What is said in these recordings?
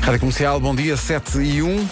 Rádio Comercial, bom dia, 7:01.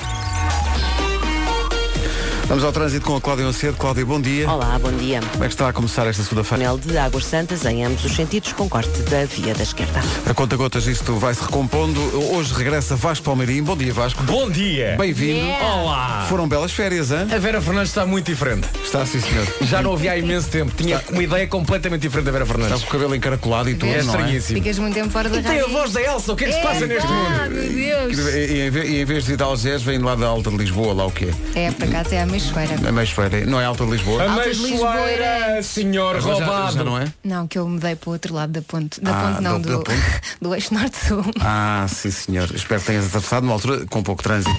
Vamos ao trânsito com a Cláudia Macedo. Cláudia, bom dia. Olá, bom dia. Como é que está a começar esta segunda-feira? Túnel de Águas Santas em ambos os sentidos, com corte da via da esquerda. A conta-gotas isto vai-se recompondo. Hoje regressa Vasco Palmeirim. Bom dia, Vasco. Bom dia. Bem-vindo. Olá. Foram belas férias, hein? A Vera Fernandes está muito diferente. Está, sim, senhor. Já não ouvi há imenso tempo. Tinha uma ideia completamente diferente da Vera Está Fernandes. com o cabelo encaracolado e tudo, É não é? estranhíssimo. Ficas muito tempo fora da E tem a rádio. voz da Elsa. O que é que se passa neste mundo? Ah, meu Deus. E em vez de ir de Algés, vem lá da Alta de Lisboa, lá o quê? É, por acaso é a Meixoeira. A Meixoeira. Não é Alta de Lisboa? Alta de Lisboa. senhor roubado. Já não é? Não, que eu mudei para o outro lado da ponte. Da Ah, ponte não, da ponte? do eixo norte-sul. Ah, sim, senhor. Espero que tenhas atravessado numa altura com pouco trânsito.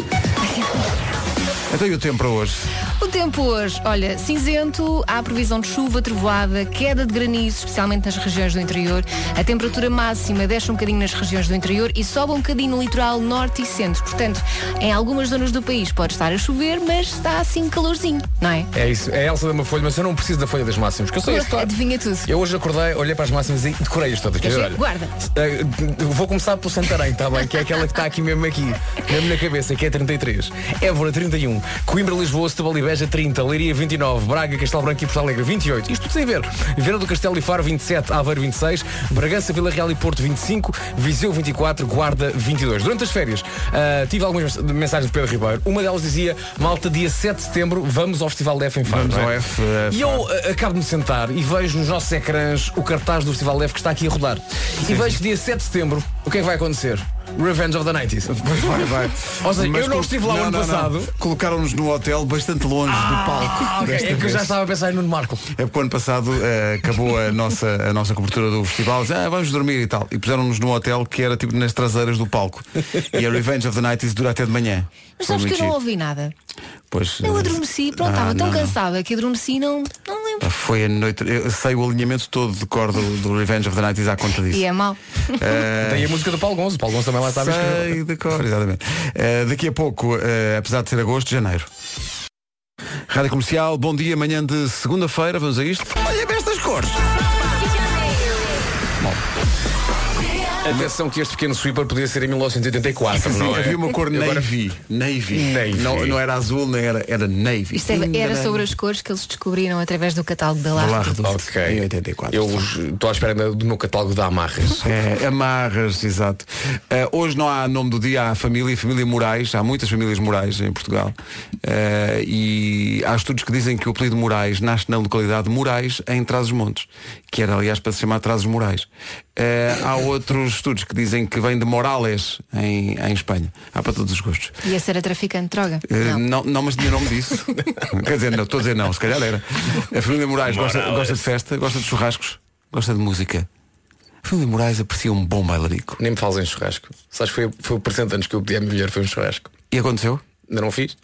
Então e o tempo para hoje? O tempo hoje, olha, cinzento, há previsão de chuva, trovoada, queda de granizo, especialmente nas regiões do interior. A temperatura máxima desce um bocadinho nas regiões do interior e sobe um bocadinho no litoral norte e centro. Portanto, em algumas zonas do país pode estar a chover, mas está assim calorzinho, não é? É isso. É a Elsa da folha, mas eu não preciso da folha das máximas. Que eu sei a história. Adivinha tudo. Eu hoje acordei, olhei para as máximas e decorei-as todas. Quer dizer, Olha, guarda. Vou começar pelo Santarém, está bem? Que é aquela que está aqui mesmo na cabeça, que é 33. Évora 31. Coimbra, Lisboa, Setúbal e Beja 30. Leiria 29. Braga, Castelo Branco e Porto Alegre 28. Isto tudo sem ver. Viana do Castelo e Faro 27. Aveiro 26. Bragança, Vila Real e Porto 25. Viseu 24. Guarda 22. Durante as férias tive algumas mensagens de Pedro Ribeiro. Uma delas dizia: malta, dia 7 de setembro vamos ao Festival da F em Faro. Vamos não ao é? F. E eu acabo de me sentar e vejo nos nossos ecrãs o cartaz do Festival da F que está aqui a rodar. E vejo que dia 7 de setembro, o que é que vai acontecer? Revenge of the 90s. Vai. Ou seja, Mas eu não estive lá o ano passado. Colocaram-nos no hotel bastante longe do palco. Ok, desta é que eu vez. já estava a pensar em Nuno Marco. É porque o ano passado acabou a nossa cobertura do festival. Vamos dormir e tal. E puseram-nos num hotel que era tipo nas traseiras do palco. E a Revenge of the 90s dura até de manhã. Mas Foi sabes que muito eu não giro. ouvi nada. Pois, Eu adormeci, pronto, estava tão não. cansada que adormeci, não lembro. Foi a noite. Eu sei o alinhamento todo de cor do Revenge of the 90s à conta disso. E é mau. Tem a música do Paulo Gonzo. O Paulo Gonzo também lá estava a escrever. Sei de cor, exatamente. Daqui a pouco, apesar de ser agosto, janeiro. Rádio Comercial, bom dia, manhã de segunda-feira, vamos a isto. Olha bem estas cores. Atenção que este pequeno sweeper podia ser em 1984, Sim, não é? havia uma cor Agora- navy. Navy. Não era azul, nem era navy. Isto era sobre as cores que eles descobriram através do catálogo da Lá Lar. Redoute, Ok. em 84. Eu estou à espera do meu catálogo de amarras. Amarras, exato. Hoje não há nome do dia, há família Moraes, há muitas famílias Moraes em Portugal. E há estudos que dizem que o apelido Moraes nasce na localidade de Moraes, em Trás-os-Montes, que era aliás para se chamar Trás-os-Morais. Há outros estudos que dizem que vem de Morales, em Espanha. Há para todos os gostos. Ia ser a traficante de droga. Não, mas tinha nome disso. Quer dizer, não, estou a dizer não, se calhar era. A família Moraes gosta de festa, gosta de churrascos, gosta de música. A família Moraes aprecia um bom bailarico. Nem me falas em churrasco. Sabes que foi o presente antes que eu pedi à minha mulher, foi um churrasco. E aconteceu? Ainda não fiz?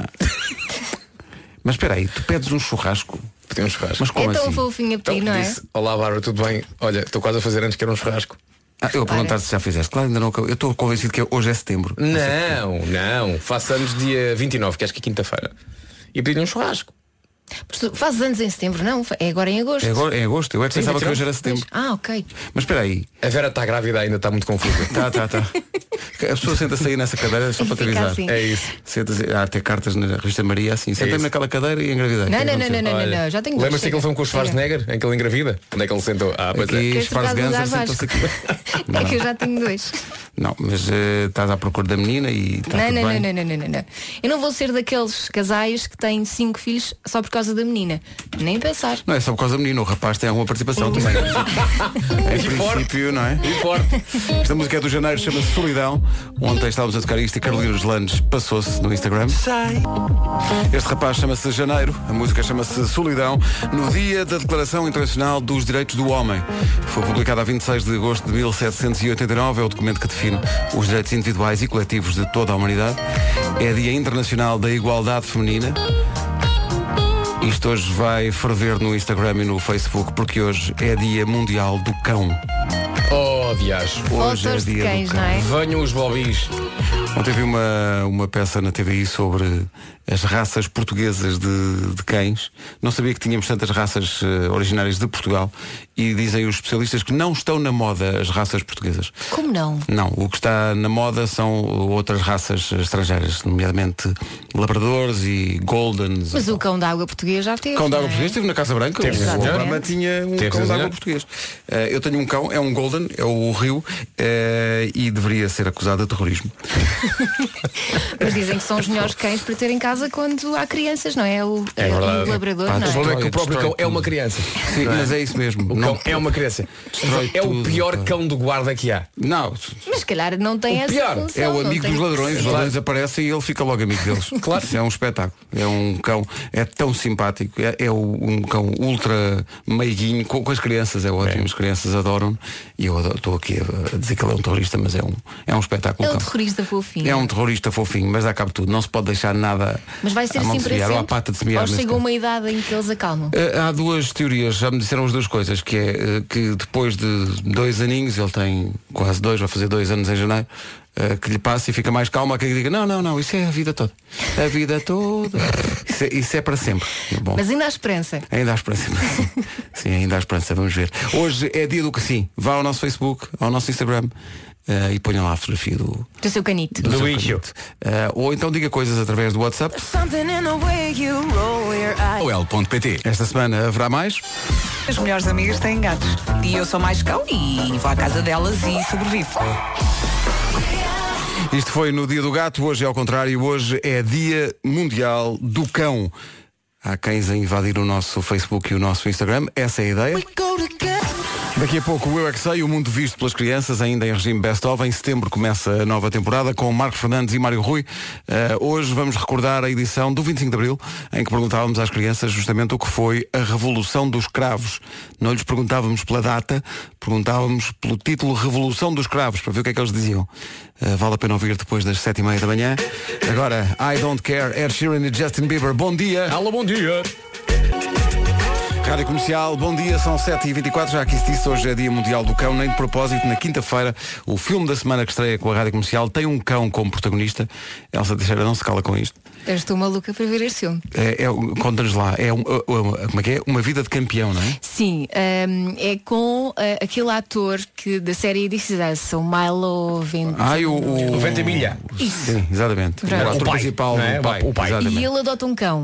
Mas espera aí, tu pedes um churrasco. Pedi um churrasco. Mas como É tão assim? fofinho a pedir, não é? Disse: olá Bárbara, tudo bem? Olha, estou quase a fazer antes que era um churrasco. Eu a perguntar se já fizeste. Claro, ainda não. Eu estou convencido que hoje é setembro. Não. Faço anos dia 29, que acho que é quinta-feira. E pedi um churrasco. Mas tu fazes anos em setembro, não? É agora em agosto. É agosto. Eu é que Sim, pensava que 29. hoje era setembro. Ah, ok. Mas espera aí. A Vera está grávida ainda, está muito confusa. Tá. A pessoa senta-se aí nessa cadeira só para te Fica avisar. assim. É isso. Senta-se, há até cartas na revista Maria assim. Sentei-me isso. naquela cadeira e engravidei. Não, O que é que não, aconteceu? não, já tenho dois. Lembras-te daquele filme com o Chega. Schwarzenegger, em que ele engravida? Onde é que ele sentou? Pois Aqui, Queres trocar de lugar, Schwarzenegger sentou-se aqui. É que eu já tenho dois. Não, mas estás à procura da menina e está tudo bem. Não. Eu não vou ser daqueles casais que têm 5 filhos só por causa da menina. Nem pensar. Não é só por causa da menina, o rapaz tem alguma participação também. Em princípio, não é? E forte. Esta música é do Janeiro, chama-se Solidão. Ontem estávamos a tocar isto e Carolina Landes passou-se no Instagram. Este rapaz chama-se Janeiro, a música chama-se Solidão, no dia da Declaração Internacional dos Direitos do Homem. Foi publicada a 26 de agosto de 1789, é o documento que define os direitos individuais e coletivos de toda a humanidade. É Dia Internacional da Igualdade Feminina. Isto hoje vai ferver no Instagram e no Facebook, porque hoje é Dia Mundial do Cão. Oh, diacho. Hoje é Fotos de dia cães, do não cão. é? Venham os bobis. Ontem vi uma peça na TVI sobre as raças portuguesas de cães. Não sabia que tínhamos tantas raças originárias de Portugal. E dizem os especialistas que não estão na moda as raças portuguesas. Como não? Não, o que está na moda são outras raças estrangeiras, nomeadamente labradores e goldens. Mas o cão d'água português já teve. Cão d'água não é? português esteve na Casa Branca. Teve, O senhor. Obama tinha um cão d'água português. Eu tenho um cão, é um golden, é o Rio, e deveria ser acusado de terrorismo. Mas dizem que são os melhores cães para ter em casa quando há crianças, não é? O labrador, Pá, não O é? problema é que o próprio Destrói cão é uma tudo. criança. Sim, Não é? mas é isso mesmo. O cão é uma criança. Destrói É o tudo, pior pá. cão do guarda que há. Não, Mas se calhar não tem O essa pior função. é o não amigo tem- dos ladrões. Os Sim. ladrões aparecem e ele fica logo amigo deles. Claro. Isso é um espetáculo. É um cão, é tão simpático. Um cão ultra meiguinho com as crianças. É ótimo. As crianças adoram. E eu estou aqui a dizer que ele é um terrorista, mas é um espetáculo. É um cão. terrorista fofinho. É um terrorista fofinho, mas dá cabo tudo. Não se pode deixar nada Mas vai ser à mão assim de para semear ou à sempre? pata de semear. Ou neste chegou caso. uma idade em que eles acalmam? Há duas teorias, já me disseram as duas coisas, que é que depois de 2 aninhos, ele tem quase 2, vai fazer 2 anos em janeiro, que lhe passa e fica mais calmo, há quem diga, não, isso é a vida toda. A vida toda. Isso é para sempre. Bom, Mas ainda há esperança. ainda há esperança. Sim, ainda há esperança, vamos ver. Hoje é dia do que sim. Vá ao nosso Facebook, ao nosso Instagram. E ponham lá a fotografia do Do seu canito. seu bicho. canito. Ou então diga coisas através do WhatsApp. OL.pt. Esta semana haverá mais. As melhores amigas têm gatos. E eu sou mais cão e vou à casa delas e sobrevivo. Isto foi no Dia do Gato, hoje é ao contrário, hoje é Dia Mundial do Cão. Há cães a invadir o nosso Facebook e o nosso Instagram, essa é a ideia. Daqui a pouco o Eu é que Sei, o mundo visto pelas crianças, ainda em regime best-of. Em setembro começa a nova temporada com Marcos Fernandes e Mário Rui. Hoje vamos recordar a edição do 25 de Abril, em que perguntávamos às crianças justamente o que foi a Revolução dos Cravos. Não lhes perguntávamos pela data, perguntávamos pelo título Revolução dos Cravos, para ver o que é que eles diziam. Vale a pena ouvir depois das 7h30 da manhã. Agora, I Don't Care, Ed Sheeran e Justin Bieber. Bom dia! Alô, bom dia. Rádio Comercial, bom dia, são 7h24, já aqui se disse, hoje é Dia Mundial do Cão, nem de propósito, na quinta-feira, o filme da semana que estreia com a Rádio Comercial tem um cão como protagonista. Elsa Teixeira não se cala com isto. Eu estou maluca para ver este filme. Conta-nos lá, como é que é? Uma vida de campeão, não é? Sim, é com aquele ator da série This Is Us, o Milo Ventimiglia. O Ventimiglia. Sim, exatamente. Verdade. O ator O pai, principal, não é? O pai. Exatamente. E ele adota um cão.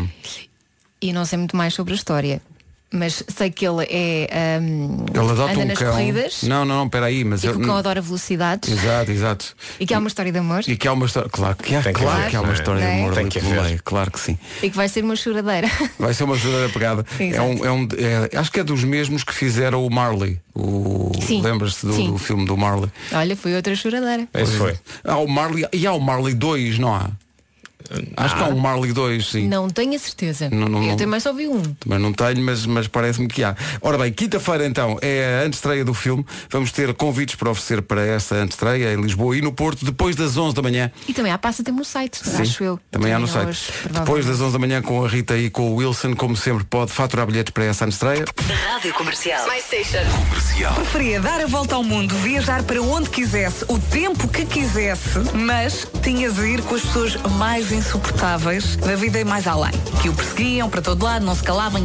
E não sei muito mais sobre a história. Mas sei que ele é Ele adota anda um nas cão. corridas. Não, espera aí, mas E que o cão adora velocidades. Exato. E que há uma história de amor. E que há uma história, claro que há, Tem que claro haver, que há uma não é? história de Não é? amor Tem ali que pelo haver. meio, claro que sim. E que vai ser uma choradeira. Vai ser uma verdadeira pegada. Exato. Acho que é dos mesmos que fizeram o Marley. Sim. Lembras-te Sim. do filme do Marley? Olha, foi outra choradeira. Esse foi. Há o Marley e há o Marley 2, não há? Acho que há um Marley 2, sim. Não tenho a certeza. Não. Eu também só vi um. Também não tenho, mas parece-me que há. Ora bem, quinta-feira então é a antestreia do filme. Vamos ter convites para oferecer para essa antestreia em Lisboa e no Porto, depois das 11 da manhã. E também há passatempo no site, Sim, acho eu. também há no hoje, site. Depois provavelmente. das 11 da manhã com a Rita e com o Wilson, como sempre, pode faturar bilhetes para essa antestreia. Rádio Comercial. Preferia dar a volta ao mundo, viajar para onde quisesse, o tempo que quisesse, mas tinhas de ir com as pessoas mais insuportáveis da vida e mais além. Que o perseguiam para todo lado, não se calavam.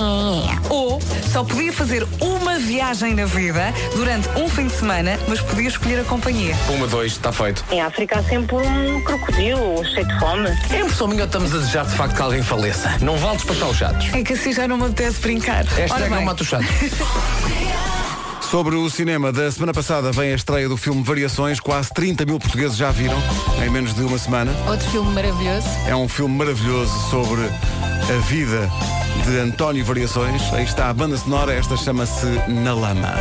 Ou só podia fazer uma viagem na vida durante um fim de semana, mas podia escolher a companhia. 1, 2, está feito. Em África há sempre um crocodilo cheio de fome. É impressão minha ou estamos a desejar de facto que alguém faleça? Não vale despachar os chatos. É que assim já não me apetece brincar. Esta é que não mata os chatos. Sobre o cinema da semana passada vem a estreia do filme Variações. Quase 30 mil portugueses já viram em menos de uma semana. Outro filme maravilhoso. É um filme maravilhoso sobre a vida de António Variações. Aí está a banda sonora, esta chama-se Na Lama.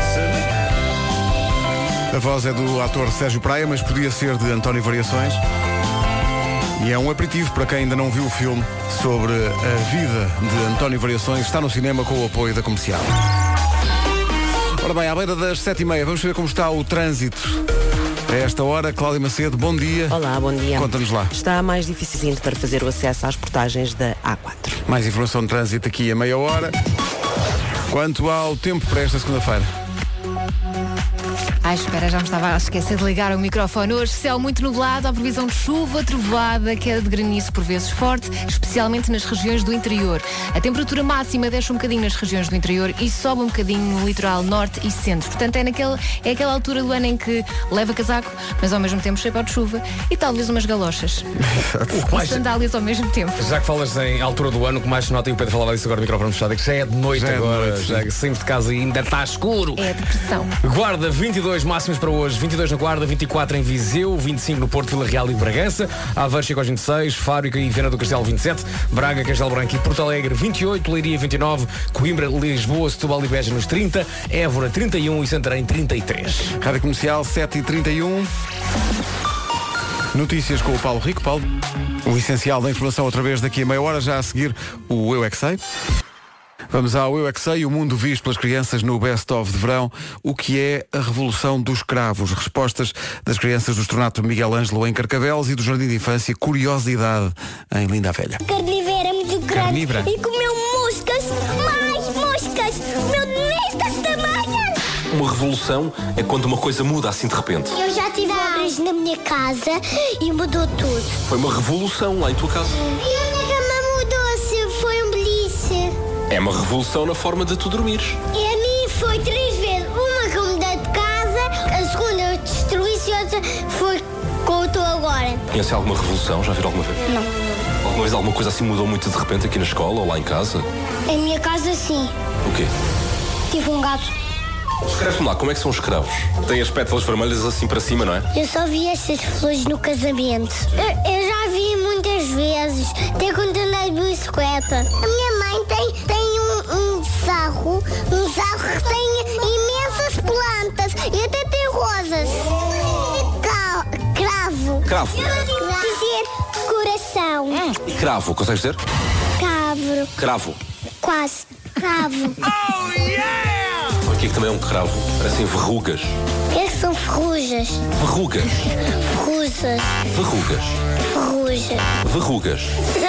A voz é do ator Sérgio Praia, mas podia ser de António Variações. E é um aperitivo para quem ainda não viu o filme sobre a vida de António Variações. Está no cinema com o apoio da Comercial. Ora bem, à beira das 7h30, vamos ver como está o trânsito. A esta hora, Cláudia Macedo, bom dia. Olá, bom dia. Conta-nos lá. Está mais difícil para fazer o acesso às portagens da A4. Mais informação de trânsito aqui a meia hora. Quanto ao tempo para esta segunda-feira? Ai, espera, já me estava a esquecer de ligar o microfone. Hoje, céu muito nublado, há previsão de chuva, trovoada, queda de granizo por vezes forte, especialmente nas regiões do interior. A temperatura máxima desce um bocadinho nas regiões do interior e sobe um bocadinho no litoral norte e centro. Portanto, é aquela altura do ano em que leva casaco, mas ao mesmo tempo chapéu de chuva e talvez umas galochas. E sandálias ao mesmo tempo. Já que falas em altura do ano, o que mais se nota, e o Pedro falava disso agora no microfone fechado, é que já é de noite agora. Já saímos de casa e ainda está escuro. É a depressão. Guarda, 22 máximos para hoje, 22 na Guarda, 24 em Viseu, 25 no Porto, Vila Real e Bragança, Aveiro chega aos 26, Faro e Viana do Castelo 27, Braga, Castelo Branco e Porto Alegre 28, Leiria 29, Coimbra, Lisboa, Setúbal e Beja nos 30, Évora 31 e Santarém 33. Rádio Comercial 7h31. Notícias com o Paulo Rico. Paulo, o essencial da informação outra vez daqui a meia hora, já a seguir o Eu é que Sei. Vamos ao Eu é que Sei, o mundo visto pelas crianças no Best of de verão. O que é a revolução dos cravos? Respostas das crianças do Estornato Miguel Ângelo em Carcavelos e do Jardim de Infância Curiosidade em Linda a Velha. Carnívora muito grande. Carnívora. E comeu moscas, mais moscas, meu nestas tamanhas. Uma revolução é quando uma coisa muda assim de repente. Eu já tive obras na minha casa e mudou tudo. Foi uma revolução lá em tua casa. E a minha cama mudou-se, foi um beliche. É uma revolução na forma de tu dormires. E a mim foi 3 vezes. Uma que eu mudei de casa, a segunda eu destruí-se e a outra foi como estou agora. Conhece alguma revolução? Já viram alguma vez? Não. Alguma vez alguma coisa assim mudou muito de repente aqui na escola ou lá em casa? Em minha casa sim. O quê? Tive um gato. Escreve-me lá, como é que são os cravos? Têm as pétalas vermelhas assim para cima, não é? Eu só vi estas flores no casamento. Eu já vi muitas vezes, até quando andei de bicicleta. A minha mãe tem um sarro que tem imensas plantas e até tem rosas. Cravo. Cravo. Dizer coração. E cravo, consegues dizer? Cabro. Cravo. Quase. Cravo. Olha aqui que também é um cravo. Parecem verrugas. O que é que são ferrujas? Verrugas. Ferruzas. Verrugas. Ferrujas. Verrugas.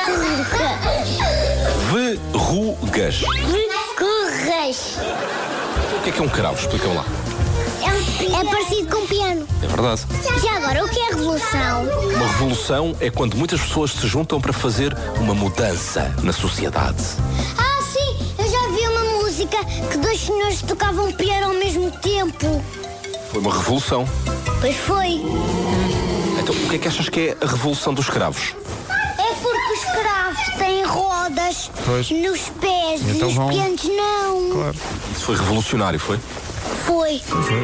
Verrugas. Verrugas. O que é um cravo? Explica-me lá. É parecido com piano. É verdade. Já agora, o que é revolução? Uma revolução é quando muitas pessoas se juntam para fazer uma mudança na sociedade. Ah, sim! Eu já vi uma música que 2 senhores tocavam piano ao mesmo tempo. Foi uma revolução. Pois foi. Então, o que achas que é a revolução dos cravos? É porque os cravos têm rodas nos pés então e os pianos não. Claro. Isso foi revolucionário, foi? Foi.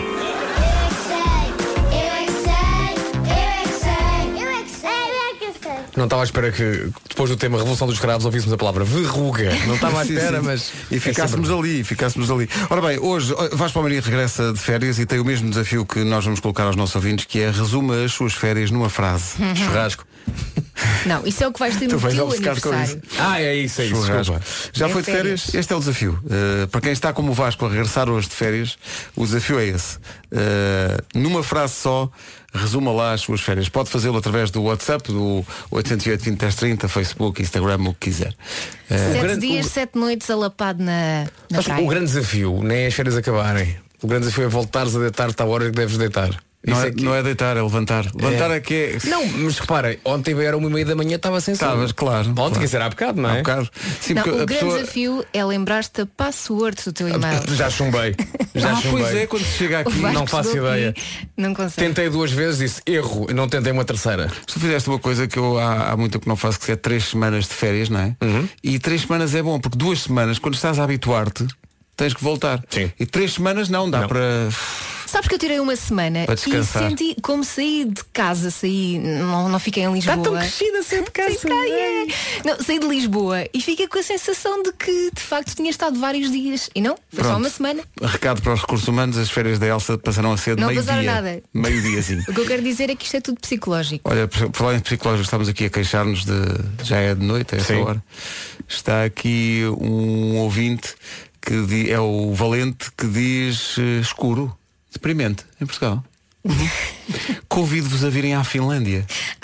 Não estava à espera que, depois do tema Revolução dos Cravos, ouvíssemos a palavra verruga. Não estava à espera, mas... E ficássemos ali. Ora bem, hoje Vasco Palmeirinho regressa de férias e tem o mesmo desafio que nós vamos colocar aos nossos ouvintes, que é resuma as suas férias numa frase. Churrasco. Não, isso é o que vais ter no teu aniversário. É isso. Desculpa. Já foi de férias? Este é o desafio. Para quem está como o Vasco a regressar hoje de férias, o desafio é esse. Numa frase só, resuma lá as suas férias. Pode fazê-lo através do WhatsApp, do 808-20-10-30, Facebook, Instagram, o que quiser. 7 dias, 7 noites alapado na praia. O grande desafio nem é as férias acabarem. O grande desafio é voltares a deitar-te à hora que deves deitar. Não é deitar, é levantar. Levantar é que é... Não, mas repara, ontem era 1h30 da manhã, estava sem sono. Estavas, claro. Ontem que será há bocado, não é? Há bocado. Sim, não, o a grande desafio é lembrar-te a password do teu e-mail. Já chumbei. Pois é, quando se chega aqui... Não faço ideia. Não consigo. Tentei 2 vezes, disse erro, não tentei uma terceira. Tu fizeste uma coisa que eu há muito tempo não faço, que é 3 semanas de férias, não é? E 3 semanas é bom, porque 2 semanas, quando estás a habituar-te, tens que voltar. Sim. E 3 semanas não dá para... Sabes que eu tirei uma semana e senti como saí de casa, não fiquei em Lisboa. Está tão crescida, saí de casa. Não, saí de Lisboa e fiquei com a sensação de que de facto tinha estado vários dias. E não, foi só uma semana. Recado para os recursos humanos, as férias da Elsa passaram a ser de meio-dia. Não passaram nada. Meio-dia, sim. O que eu quero dizer é que isto é tudo psicológico. Olha, por falar em psicológico, estamos aqui a queixar-nos de... Já é de noite, a essa hora. Está aqui um ouvinte que é o Valente, que diz experimente em Portugal. Convido-vos a virem à Finlândia.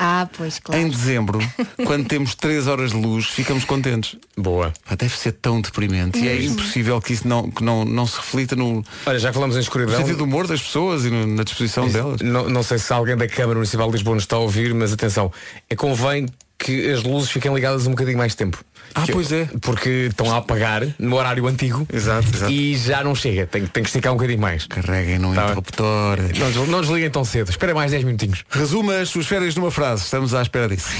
Pois, claro. Em dezembro, quando temos 3 horas de luz, ficamos contentes. Boa. Deve ser tão deprimente. E é impossível que isso não se reflita no Olha, já falamos em escuridão. sentido do humor das pessoas e na disposição delas. Não sei se alguém da Câmara Municipal de Lisboa nos está a ouvir, mas atenção, convém que as luzes fiquem ligadas um bocadinho mais tempo. Pois é. Porque estão a apagar no horário antigo. Exato. E já não chega. Tem que esticar um bocadinho mais. Carreguem no interruptor. Não desliguem tão cedo. Espera mais 10 minutinhos. Resuma as suas férias numa frase. Estamos à espera disso.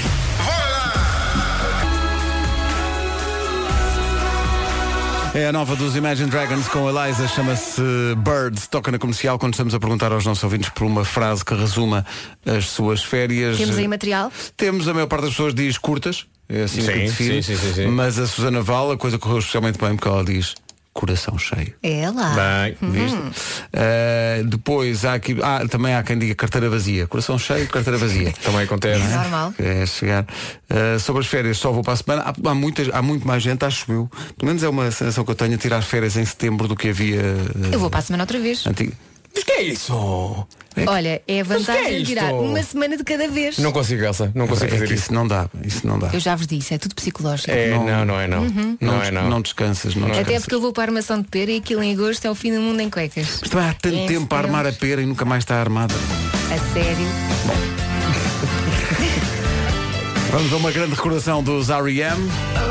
É a nova dos Imagine Dragons com a Eliza, chama-se Birds, toca na comercial quando estamos a perguntar aos nossos ouvintes por uma frase que resuma as suas férias. Temos aí material? Temos, a maior parte das pessoas diz curtas, é assim que define, sim. mas a Susana Val, a coisa correu especialmente bem porque ela diz coração cheio. É lá. Bem, Viste? Depois há aqui, também há quem diga carteira vazia. Coração cheio, carteira vazia. também acontece. É normal. É chegar. Sobre as férias, só vou para a semana. Há muito mais gente, acho eu. Pelo menos é uma sensação que eu tenho a tirar férias em setembro do que havia. Eu vou para a semana outra vez. Antigo. Mas que é isso? Olha, é a vantagem de isto? tirar uma semana de cada vez. Não consigo, Elsa. Não consigo fazer que isso. isso não dá. Eu já vos disse, é tudo psicológico. Não descansas. Até porque eu vou para a armação de pera e aquilo em agosto é o fim do mundo em cuecas. Mas também há tanto tempo para armar a pera e nunca mais está armada. A sério. Vamos a uma grande recordação dos R.E.M.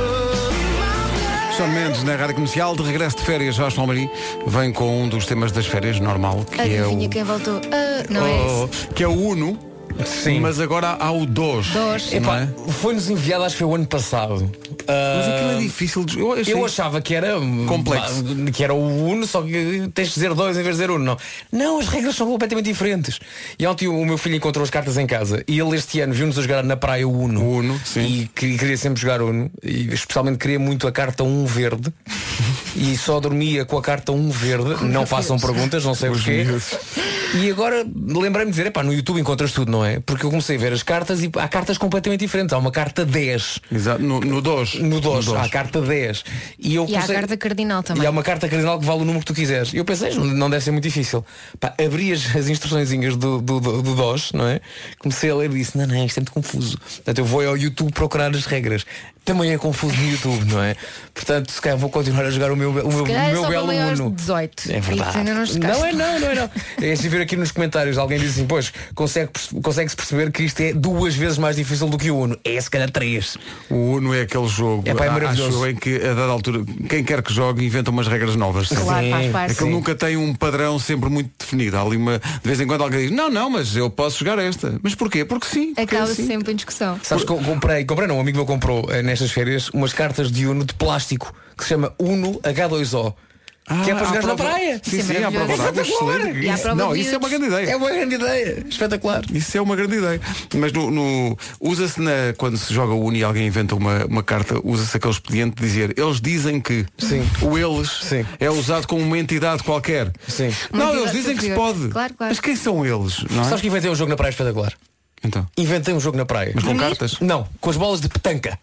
Shawn Mendes na Rádio Comercial, de regresso de férias, Vasco Palmeirim vem com um dos temas das férias, normal, que Adivinha quem voltou? Não é esse? que é o Uno. Sim. Mas agora há o DOS. Não é? Foi-nos enviado, acho que foi o ano passado. Mas aquilo é difícil de... Eu achava que era complexo. Que era o Uno, só que tens de dizer 2 em vez de dizer 1. Não, as regras são completamente diferentes. E ontem o meu filho encontrou as cartas em casa e ele este ano viu-nos a jogar na praia o Uno. O Uno, sim. E queria sempre jogar Uno. E especialmente queria muito a carta 1 verde. E só dormia com a carta 1 verde. Não façam perguntas, não sei porquê. E agora lembrei-me de dizer, no YouTube encontras tudo, não é? Porque eu comecei a ver as cartas e há cartas completamente diferentes. Há uma carta 10. Exato, no DOS. No DOS, há a carta 10. E há a carta cardinal também. E há uma carta cardinal que vale o número que tu quiseres. E eu pensei, não deve ser muito difícil. Abri as instruçõezinhas do DOS, não é? Comecei a ler e disse, não, isto é muito confuso. Portanto, eu vou ao YouTube procurar as regras. Também é confuso no YouTube, não é? Portanto, se calhar vou continuar a jogar o meu belo Uno. 18. É verdade. Não é. É se ver aqui nos comentários alguém diz assim, pois, consegue-se perceber que isto é 2 vezes mais difícil do que o Uno. É se calhar 3. O Uno é aquele jogo, é maravilhoso. acho em que a dada altura, quem quer que jogue inventa umas regras novas. Claro, faz parte. Aquilo nunca tem um padrão sempre muito definido. Há ali de vez em quando alguém diz, não, mas eu posso jogar esta. Mas porquê? Porque sim. Acaba assim. sempre em discussão. Sabes, um amigo meu comprou nestas férias umas cartas de Uno de plástico que se chama Uno H2O. Que é para jogar na praia. Sim, à prova d'água. Excelente. Isso é uma grande ideia. É uma grande ideia. Espetacular. Isso é uma grande ideia. Mas usa-se quando se joga o Uno e alguém inventa uma carta, usa-se aquele expediente de dizer, eles dizem que o eles é usado como uma entidade qualquer. Sim. Não, eles dizem que se pode. Claro. Mas quem são eles? Não é? Sabes que inventei um jogo na praia espetacular? Então. Inventei um jogo na praia. Mas com cartas? Não, com as bolas de petanca.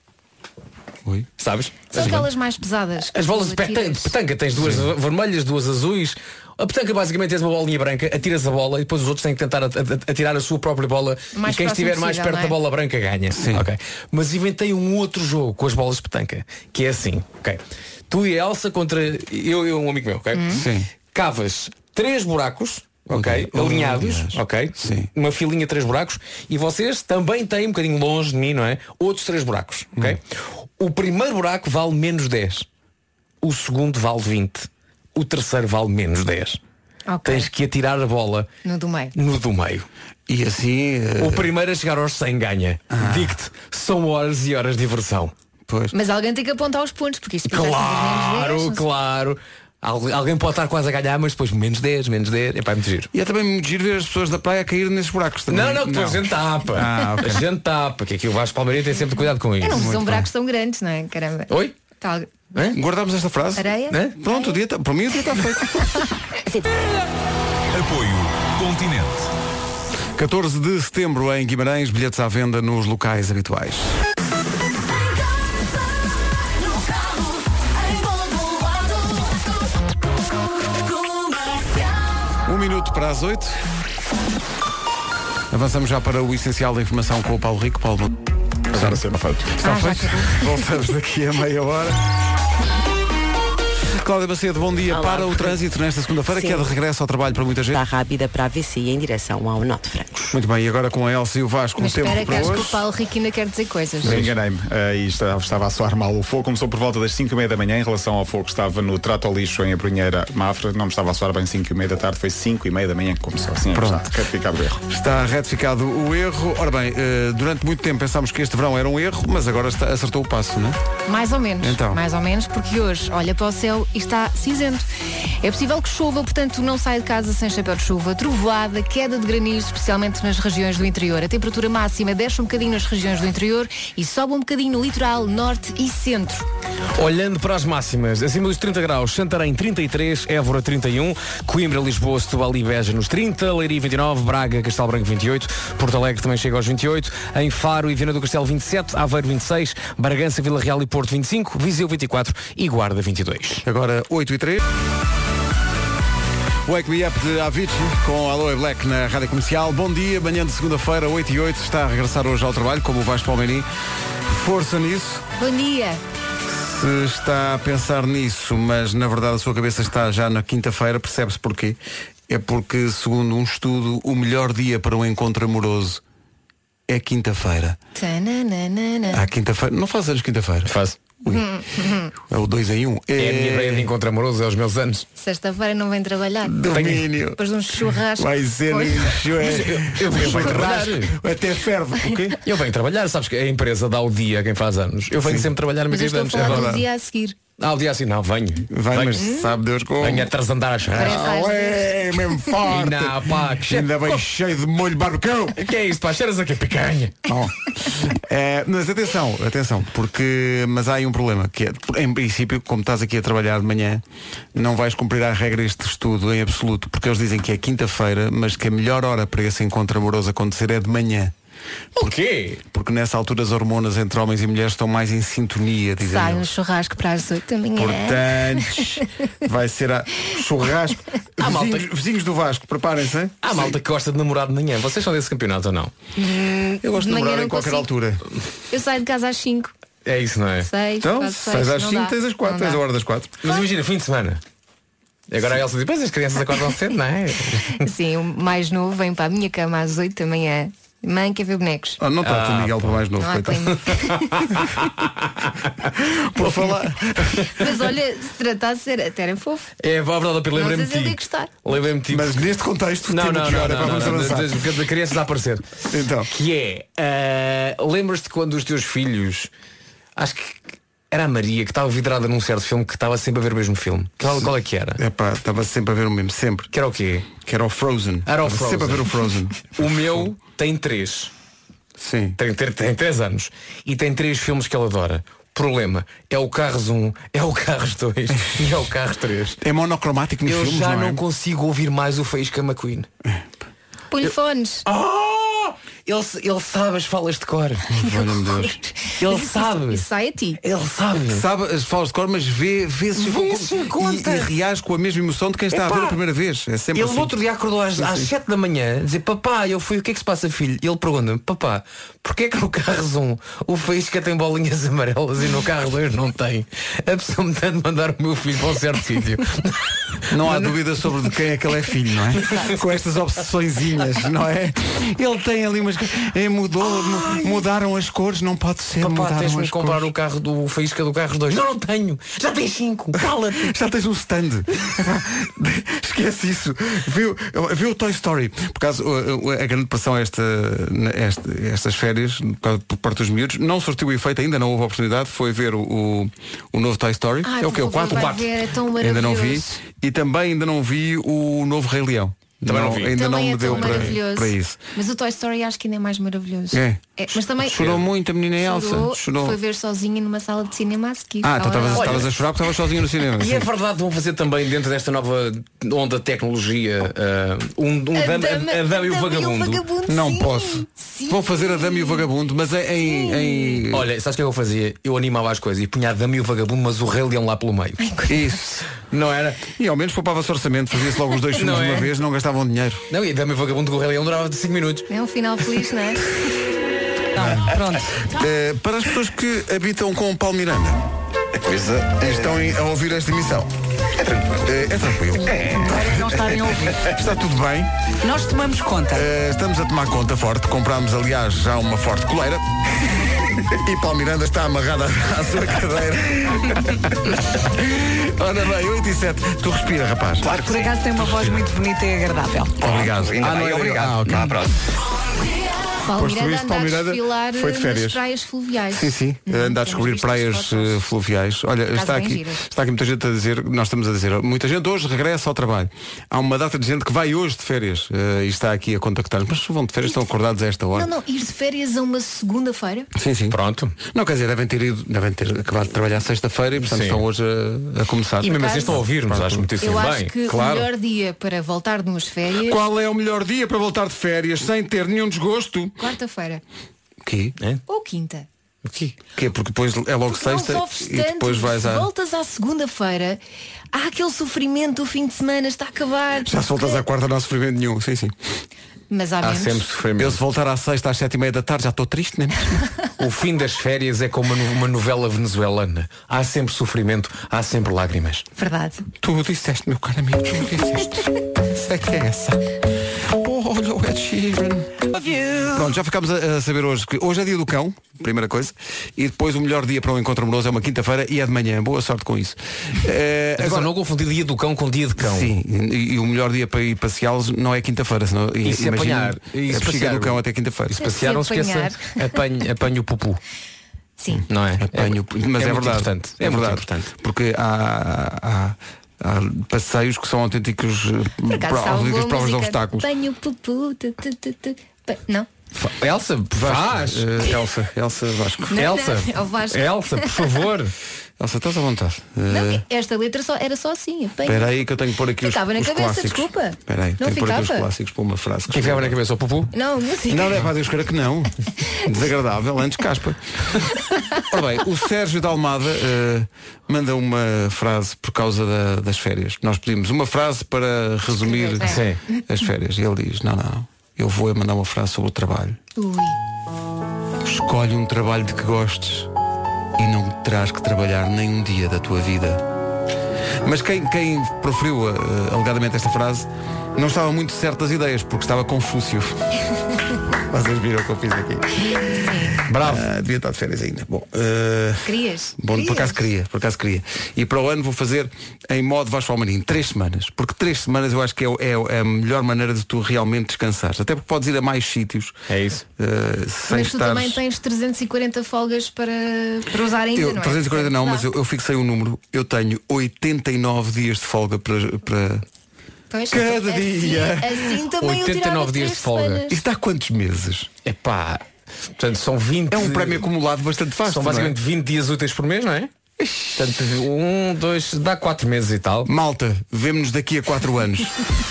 Oi? Sabes? São aquelas mais pesadas. As bolas de petanca, tens 2 vermelhas, 2 azuis. A petanca basicamente tens uma bolinha branca, atiras a bola e depois os outros têm que tentar atirar a sua própria bola mais e quem estiver mais possível, perto da bola branca ganha. Sim. Okay. Mas inventei um outro jogo com as bolas de petanca, que é assim, tu e a Elsa contra eu e um amigo meu, Sim. Cavas 3 buracos, alinhados, Sim. uma filinha 3 buracos e vocês também têm um bocadinho longe de mim, não é? Outros 3 buracos, O primeiro buraco vale menos 10. O segundo vale 20. O terceiro vale menos 10. Tens que atirar a bola no do meio. E assim... O primeiro a chegar aos 100 ganha. Digo-te, são horas e horas de diversão. Pois. Mas alguém tem que apontar os pontos, porque isto Claro. Alguém pode estar quase a ganhar, mas depois menos 10. É muito giro. E é também muito giro ver as pessoas da praia a cair nesses buracos também. Não, a gente tapa. A gente tapa, que aqui o Vasco Palmeirim tem sempre cuidado com isso. São buracos tão grandes, não é? Caramba. Oi? Guardamos esta frase? Areia? Pronto, para mim o dia está feito. Apoio Continente. 14 de setembro em Guimarães, bilhetes à venda nos locais habituais. Um minuto para as 8. Avançamos já para o essencial da informação com o Paulo Rico. Paulo, Já ser feito. está feito? Voltamos daqui a meia hora. Cláudia Macedo, bom dia. Olá. Para o trânsito nesta segunda-feira, Sim. que é de regresso ao trabalho para muita gente. Está rápida para a AVC em direção ao Norte Francos. Muito bem, e agora com a Elsa e o Vasco, Mas o tempo espera, que para acho que hoje. o Paulo Rico ainda quer dizer coisas. Eu enganei-me e estava a soar mal. O fogo começou por volta das 5h30 da manhã. Em relação ao fogo que estava no trato ao lixo em Abrunheira, Mafra, não me estava a soar bem 5h30 da tarde, foi 5h30 da manhã que começou. Assim, Pronto. está retificado o erro. Está retificado o erro. Ora bem, durante muito tempo pensámos que este verão era um erro, mas agora acertou o passo, não é? Mais ou menos. Então. Mais ou menos, porque hoje olha para o céu e está cinzento. É possível que chova, portanto não saia de casa sem chapéu de chuva. Trovoada, queda de granizo, especialmente nas regiões do interior. A temperatura máxima desce um bocadinho nas regiões do interior e sobe um bocadinho no litoral, norte e centro. Olhando para as máximas, acima dos 30 graus, Santarém 33, Évora 31, Coimbra, Lisboa, Setúbal e Beja nos 30, Leiria 29, Braga, Castelo Branco 28, Porto Alegre também chega aos 28, em Faro e Viana do Castelo 27, Aveiro 26, Bragança, Vila Real e Porto 25, Viseu 24 e Guarda 22. Agora 8h03. Wake Me Up de Avicii com Aloe Black na Rádio Comercial. Bom dia, manhã de segunda-feira, 8h08. Está a regressar hoje ao trabalho, como o Vasco Palmeirim. Força nisso. Bom dia. Se está a pensar nisso, mas na verdade a sua cabeça está já na quinta-feira, percebe-se porquê. É porque, segundo um estudo, o melhor dia para um encontro amoroso é quinta-feira. Tananana. À quinta-feira. Não faz anos quinta-feira? Faz. Ui. É o 2 em 1. É a minha ideia de encontro amoroso, é os meus anos. Sexta-feira não vem trabalhar. Domínio. Depois de um churrasco. Vai ser Oi. lixo, Eu venho trabalhar. Até ferve. O quê? Eu venho trabalhar, sabes que a empresa dá o dia a quem faz anos. Eu venho sempre trabalhar no meu Mas eu dia de estou a anos. falar do dia a seguir. O dia assim, não, venho. Vai, venho. mas sabe Deus como. Venho atrás andar a chorar. Parece- É mesmo forte. Não, pá, que Ainda bem cheio de molho barrocão. que é isso, pá? Cheiras aqui a picanha. Bom, mas atenção, porque mas há aí um problema, que é, em princípio, como estás aqui a trabalhar de manhã, não vais cumprir a regra deste estudo em absoluto, porque eles dizem que é quinta-feira, mas que a melhor hora para esse encontro amoroso acontecer é de manhã. O quê? Porque nessa altura as hormonas entre homens e mulheres estão mais em sintonia, dizem Sai um eles. churrasco para as 8 da manhã. Portanto, vai ser a churrasco. Ah, malta. Vizinhos do Vasco, preparem-se, hein? Há malta que gosta de namorar de manhã. Vocês são desse campeonato ou não? Eu gosto de manhã namorar não em qualquer consigo. altura. Eu saio de casa às 5, É isso, não é? 6, Então, 4, se sais às 5, tens às 4, tens a hora das 4. Mas imagina, fim de semana. E agora a Elsa diz, pois as crianças acordam cedo, não é? Sim, o mais novo vem para a minha cama às 8 da manhã. Mãe, quer ver bonecos? Não trata o Miguel para mais novo, Não há coitado. clima. Por falar. Mas olha, se tratasse até era fofo. É a verdade, eu Não lembrei-me sei se ele de ia ti. gostar. Lembrei-me de ti. Mas neste contexto, Não, temos não, que não, olhar para vamos avançar. da crianças a aparecer. Então. Que é, lembras-te quando os teus filhos, acho que era a Maria que estava vidrada num certo filme que estava sempre a ver o mesmo filme. Qual é que era? Epá, estava sempre a ver o mesmo, sempre. Que era o quê? Que era o Frozen. Era o Estava sempre a ver o Frozen. O meu tem 3. Sim. Tem 3 anos. E tem 3 filmes que ele adora. Problema, é o Carros 1, é o Carros 2 e é o Carros 3. É monocromático nos Eu filmes, já não é? não consigo ouvir mais o Faísca McQueen. Põe-lhe fones. Ele sabe as falas de cor. Valha-me Deus. Ele sabe. Isso sai a ti. Ele sabe. Sabe as falas de cor, mas vê-se conta. e reage com a mesma emoção de quem está a ver a primeira vez. É sempre Ele assim. no outro dia acordou às 7 da manhã a dizer, papá, eu fui, o que é que se passa, filho? E ele pergunta-me, papá, porquê é que no Carros 1 o Faísca tem bolinhas amarelas e no Carro 2 não tem? A pessoa me tem de mandar o meu filho para um certo sítio. Não há dúvida sobre de quem é que ele é filho, não é? Com estas obsessõezinhas, não é? Ele tem ali umas coisas. Mudaram as cores, não pode ser. Papá, mudaram tens-me as de comprar cores. o carro do Faísca do Carros 2. Não tenho. Já tens 5. Cala-te. Já tens um stand. Esquece isso. Viu o Toy Story. Por causa a grande pressão estas férias por parte dos miúdos não surtiu o efeito ainda, não houve oportunidade. Foi ver o novo Toy Story. Ai, É o que? O por favor, 4? vai ver, é tão Ainda não vi. maravilhoso. E também ainda não vi o novo Rei Leão. Também não vi. Ainda Também não é me deu tão maravilhoso. para isso. Mas o Toy Story acho que ainda é mais maravilhoso. É. Mas também Chorou muito a menina Elsa. Chorou. Foi ver sozinha numa sala de cinema a seguir. Então Ela- estavas a chorar porque estavas sozinho no cinema. E sim. é verdade, vão fazer também dentro desta nova onda de tecnologia a Dama e o Vagabundo. Não sim, posso. sim. Vão fazer a Dama e o Vagabundo, mas Olha, sabes o que é que eu fazia? Eu animava as coisas e punha a Dama e o Vagabundo, mas o Rei Leão lá pelo meio. Isso. Não era? E ao menos poupava-se orçamento, fazia-se logo os 2 filmes de uma vez, não gastavam dinheiro. Não, e também Vagabundo do Rei Leão durava de 5 minutos. É um final feliz, não é? Não, pronto. Para as pessoas que habitam com Paulo Miranda e estão a ouvir esta emissão, é tranquilo. Não estarem a ouvir. Está tudo bem. Nós tomamos conta. Estamos a tomar conta forte. Comprámos, aliás, já uma forte coleira. E Paulo Miranda está amarrado à sua cadeira. Ora bem, 8h07. Tu respira, rapaz. Claro. Por acaso tem uma voz muito bonita e agradável. Obrigado. Não é obrigado. Okay. Pronto. Paulo Posto Miranda isto, anda Paulo a Miranda desfilar foi de férias. nas praias fluviais. Sim. Anda a descobrir visto as praias fotos. fluviais. Olha, está aqui muita gente a dizer, nós estamos a dizer, muita gente hoje regressa ao trabalho. Há uma data de gente que vai hoje de férias e está aqui a contactar-nos. Mas se vão de férias, estão acordados a esta hora. Não, ir de férias a uma segunda-feira? Sim. Pronto. Não, quer dizer, devem ter acabado de trabalhar sexta-feira e portanto estão hoje a começar. E mesmo assim estão a ouvir-nos, acho muitíssimo Eu bem. acho que o melhor dia para voltar de umas férias... Qual é o melhor dia para voltar de férias sem ter nenhum desgosto? Quarta-feira. Que? Ou quinta. O quê? Que? Porque depois é logo sexta e depois vais à... voltas à segunda-feira, há aquele sofrimento, o fim de semana está a acabar. Já se voltas à quarta não há sofrimento nenhum, sim. Mas há menos. Sempre sofrimento. Eu se voltar à sexta às 7h30 da tarde já estou triste, não é? O fim das férias é como uma novela venezuelana. Há sempre sofrimento, há sempre lágrimas. Verdade. Tu disseste, meu caro amigo, tu disseste. Sei que é essa. Olha o Ed Sheeran. Pronto, já ficámos a saber hoje que hoje é dia do cão, primeira coisa, e depois o melhor dia para um encontro amoroso é uma quinta-feira e é de manhã. Boa sorte com isso. Agora não confundir dia do cão com dia de cão. Sim, e o melhor dia para ir passeá-los não é quinta-feira, senão e se apanhar, e se passear do cão até quinta-feira. E se passear, não se esqueça, apanhe o pupu. Sim. Não é? Mas é verdade. Importante. É verdade. Importante. Porque há passeios que são autênticos provas de obstáculos. Tenho pupu. Não? Elsa, faz. Elsa Vasco. Elsa, por favor. Elsa, estás à vontade. Não, esta letra era só assim. Espera aí que eu tenho que pôr aqui ficava os na cabeça, clássicos. Desculpa. Espera aí, tenho que pôr aqui os clássicos para uma frase. Quem ficava na cabeça? O pupu? Não, música. Não, é para Deus queira que não. Desagradável, antes caspa. Ora bem, o Sérgio da Almada manda uma frase por causa das férias. Nós pedimos uma frase para resumir as férias. E ele diz, não, eu vou mandar uma frase sobre o trabalho. Escolhe um trabalho de que gostes e não terás que trabalhar nem um dia da tua vida. Mas quem proferiu alegadamente esta frase não estava muito certo das ideias, porque estava Confúcio. Vocês viram o que eu fiz aqui. Sim. Bravo. Devia estar de férias ainda. Bom, Querias? Por acaso queria. E para o ano vou fazer em modo Vasco Almarinho 3 semanas. Porque 3 semanas eu acho que é a melhor maneira de tu realmente descansares. Até porque podes ir a mais sítios. É isso. Mas tu também tens 340 folgas para usar ainda, não é? 340 não, mas eu fixei um número. Eu tenho 89 dias de folga para pois, cada dia. Assim também 89 dias de folga. Isto dá quantos meses? Epá, portanto são 20. É um prémio acumulado bastante fácil. São basicamente 20 dias úteis por mês, não é? Portanto, 1, 2, dá 4 meses e tal. Malta, vemo-nos daqui a 4 anos.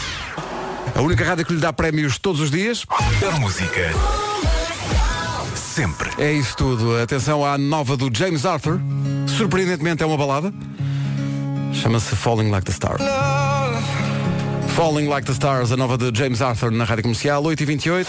A única rádio que lhe dá prémios todos os dias. A música. Sempre. É isso tudo. Atenção à nova do James Arthur. Surpreendentemente é uma balada. Chama-se Falling Like the Stars. Falling Like the Stars, a nova de James Arthur na Rádio Comercial, 8h28.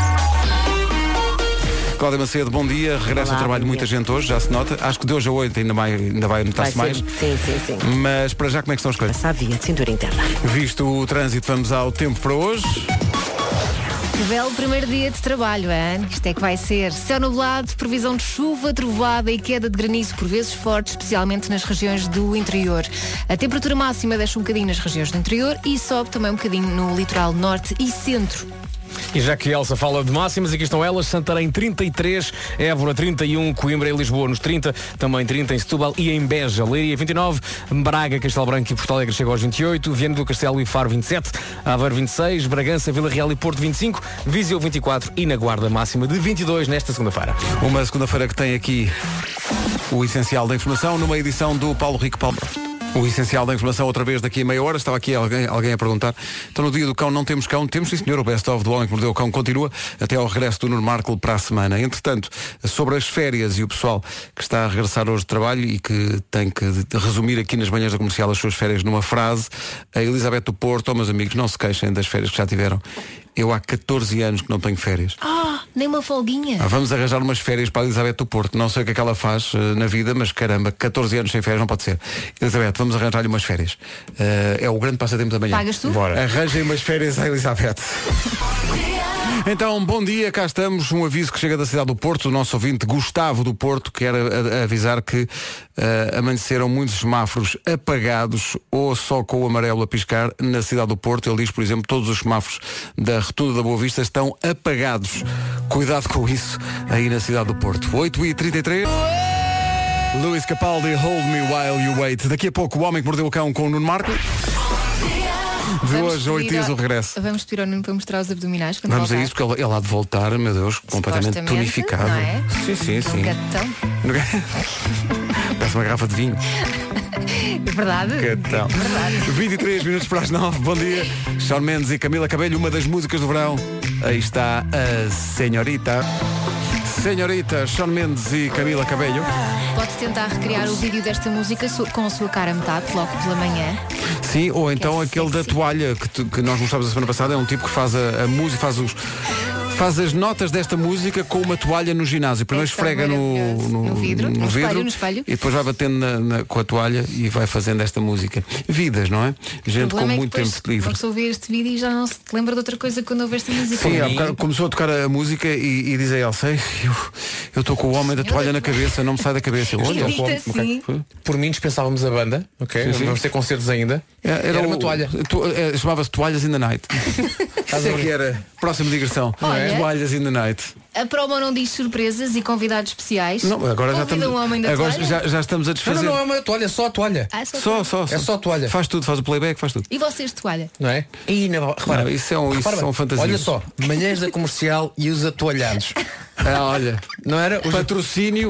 Cláudia Macedo, bom dia. Regressa ao trabalho muita gente hoje, já se nota. Acho que de hoje a 8 ainda vai notar-se mais. Sim. Mas para já como é que estão as coisas? Passa a via de cintura interna. Visto o trânsito, vamos ao tempo para hoje. Que belo primeiro dia de trabalho, hein? Isto é que vai ser céu nublado, previsão de chuva, trovoada e queda de granizo, por vezes forte, especialmente nas regiões do interior. A temperatura máxima desce um bocadinho nas regiões do interior e sobe também um bocadinho no litoral norte e centro. E já que Elsa fala de máximas, aqui estão elas: Santarém 33, Évora 31, Coimbra e Lisboa nos 30, também 30 em Setúbal e em Beja, Leiria 29, Braga, Castelo Branco e Porto Alegre chegam aos 28, Viana do Castelo e Faro 27, Aveiro 26, Bragança, Vila Real e Porto 25, Viseu 24 e na Guarda máxima de 22 nesta segunda-feira. Uma segunda-feira que tem aqui o essencial da informação numa edição do Paulo Rico Paulo. O essencial da informação outra vez daqui a meia hora. Estava aqui alguém a perguntar. Então no dia do cão não temos cão. Temos, sim senhor, o best-of do Homem que Mordeu o Cão continua até ao regresso do Nuno Marco para a semana. Entretanto, sobre as férias e o pessoal que está a regressar hoje de trabalho e que tem que resumir aqui nas manhãs da comercial as suas férias numa frase, a Elizabeth do Porto, meus amigos, não se queixem das férias que já tiveram. Eu há 14 anos que não tenho férias. Nem uma folguinha. Vamos arranjar umas férias para a Elizabeth do Porto. Não sei o que é que ela faz na vida, mas caramba, 14 anos sem férias não pode ser. Elizabeth, vamos arranjar-lhe umas férias. É o grande passatempo da manhã. Pagas tu? Bora. Arranjem umas férias à Elizabeth. Então, bom dia, cá estamos. Um aviso que chega da cidade do Porto. O nosso ouvinte Gustavo do Porto quer avisar que amanheceram muitos semáforos apagados ou só com o amarelo a piscar na cidade do Porto. Ele diz, por exemplo, todos os semáforos da Rotunda da Boa Vista estão apagados. Cuidado com isso aí na cidade do Porto. 8h33. Luís Capaldi, Hold Me While You Wait. Daqui a pouco o Homem que Mordeu o Cão com o Nuno Marco. De hoje, 8 dias o regresso. Vamos pedir ao Nuno para mostrar os abdominais. Vamos a isso, porque ele há de voltar, meu Deus, completamente tonificado. Não é? Sim. Gatão. Parece uma garrafa de vinho. É verdade. Gatão. 23 minutos para as 9. Bom dia. Shawn Mendes e Camila Cabello, uma das músicas do verão. Aí está a Senhorita. Senhorita, Shawn Mendes e Camila Cabello. Pode tentar recriar o vídeo desta música com a sua cara a metade, logo pela manhã. Sim, ou então aquele da toalha que nós mostramos a semana passada. É um tipo que faz a música, faz as notas desta música com uma toalha no ginásio. Primeiro esfrega no vidro, no espelho, e depois vai batendo com a toalha e vai fazendo esta música. Vidas, não é? Gente com muito tempo livre. A pessoa vê este vídeo e já não se lembra de outra coisa quando ouve esta música. Sim, começou a tocar a música e diz a Elsa, eu estou com o homem da toalha na cabeça, não me sai da cabeça. Olha, por mim dispensávamos a banda, ok? Sim. Vamos ter concertos ainda. Era uma toalha. Chamava-se Toalhas in the Night. Isso é que era. Próxima digressão. Toalhas in the Night. A promo não diz surpresas e convidados especiais. Não, agora já estamos. Um homem da agora toalha. já estamos a desfazer. Não é uma toalha, é só a toalha. Só. É só a toalha. Faz tudo, faz o playback, faz tudo. E vocês de toalha? Não é? E repara, isso são fantasias. Olha só, manhãs da comercial e os atoalhados. Olha, não era? O patrocínio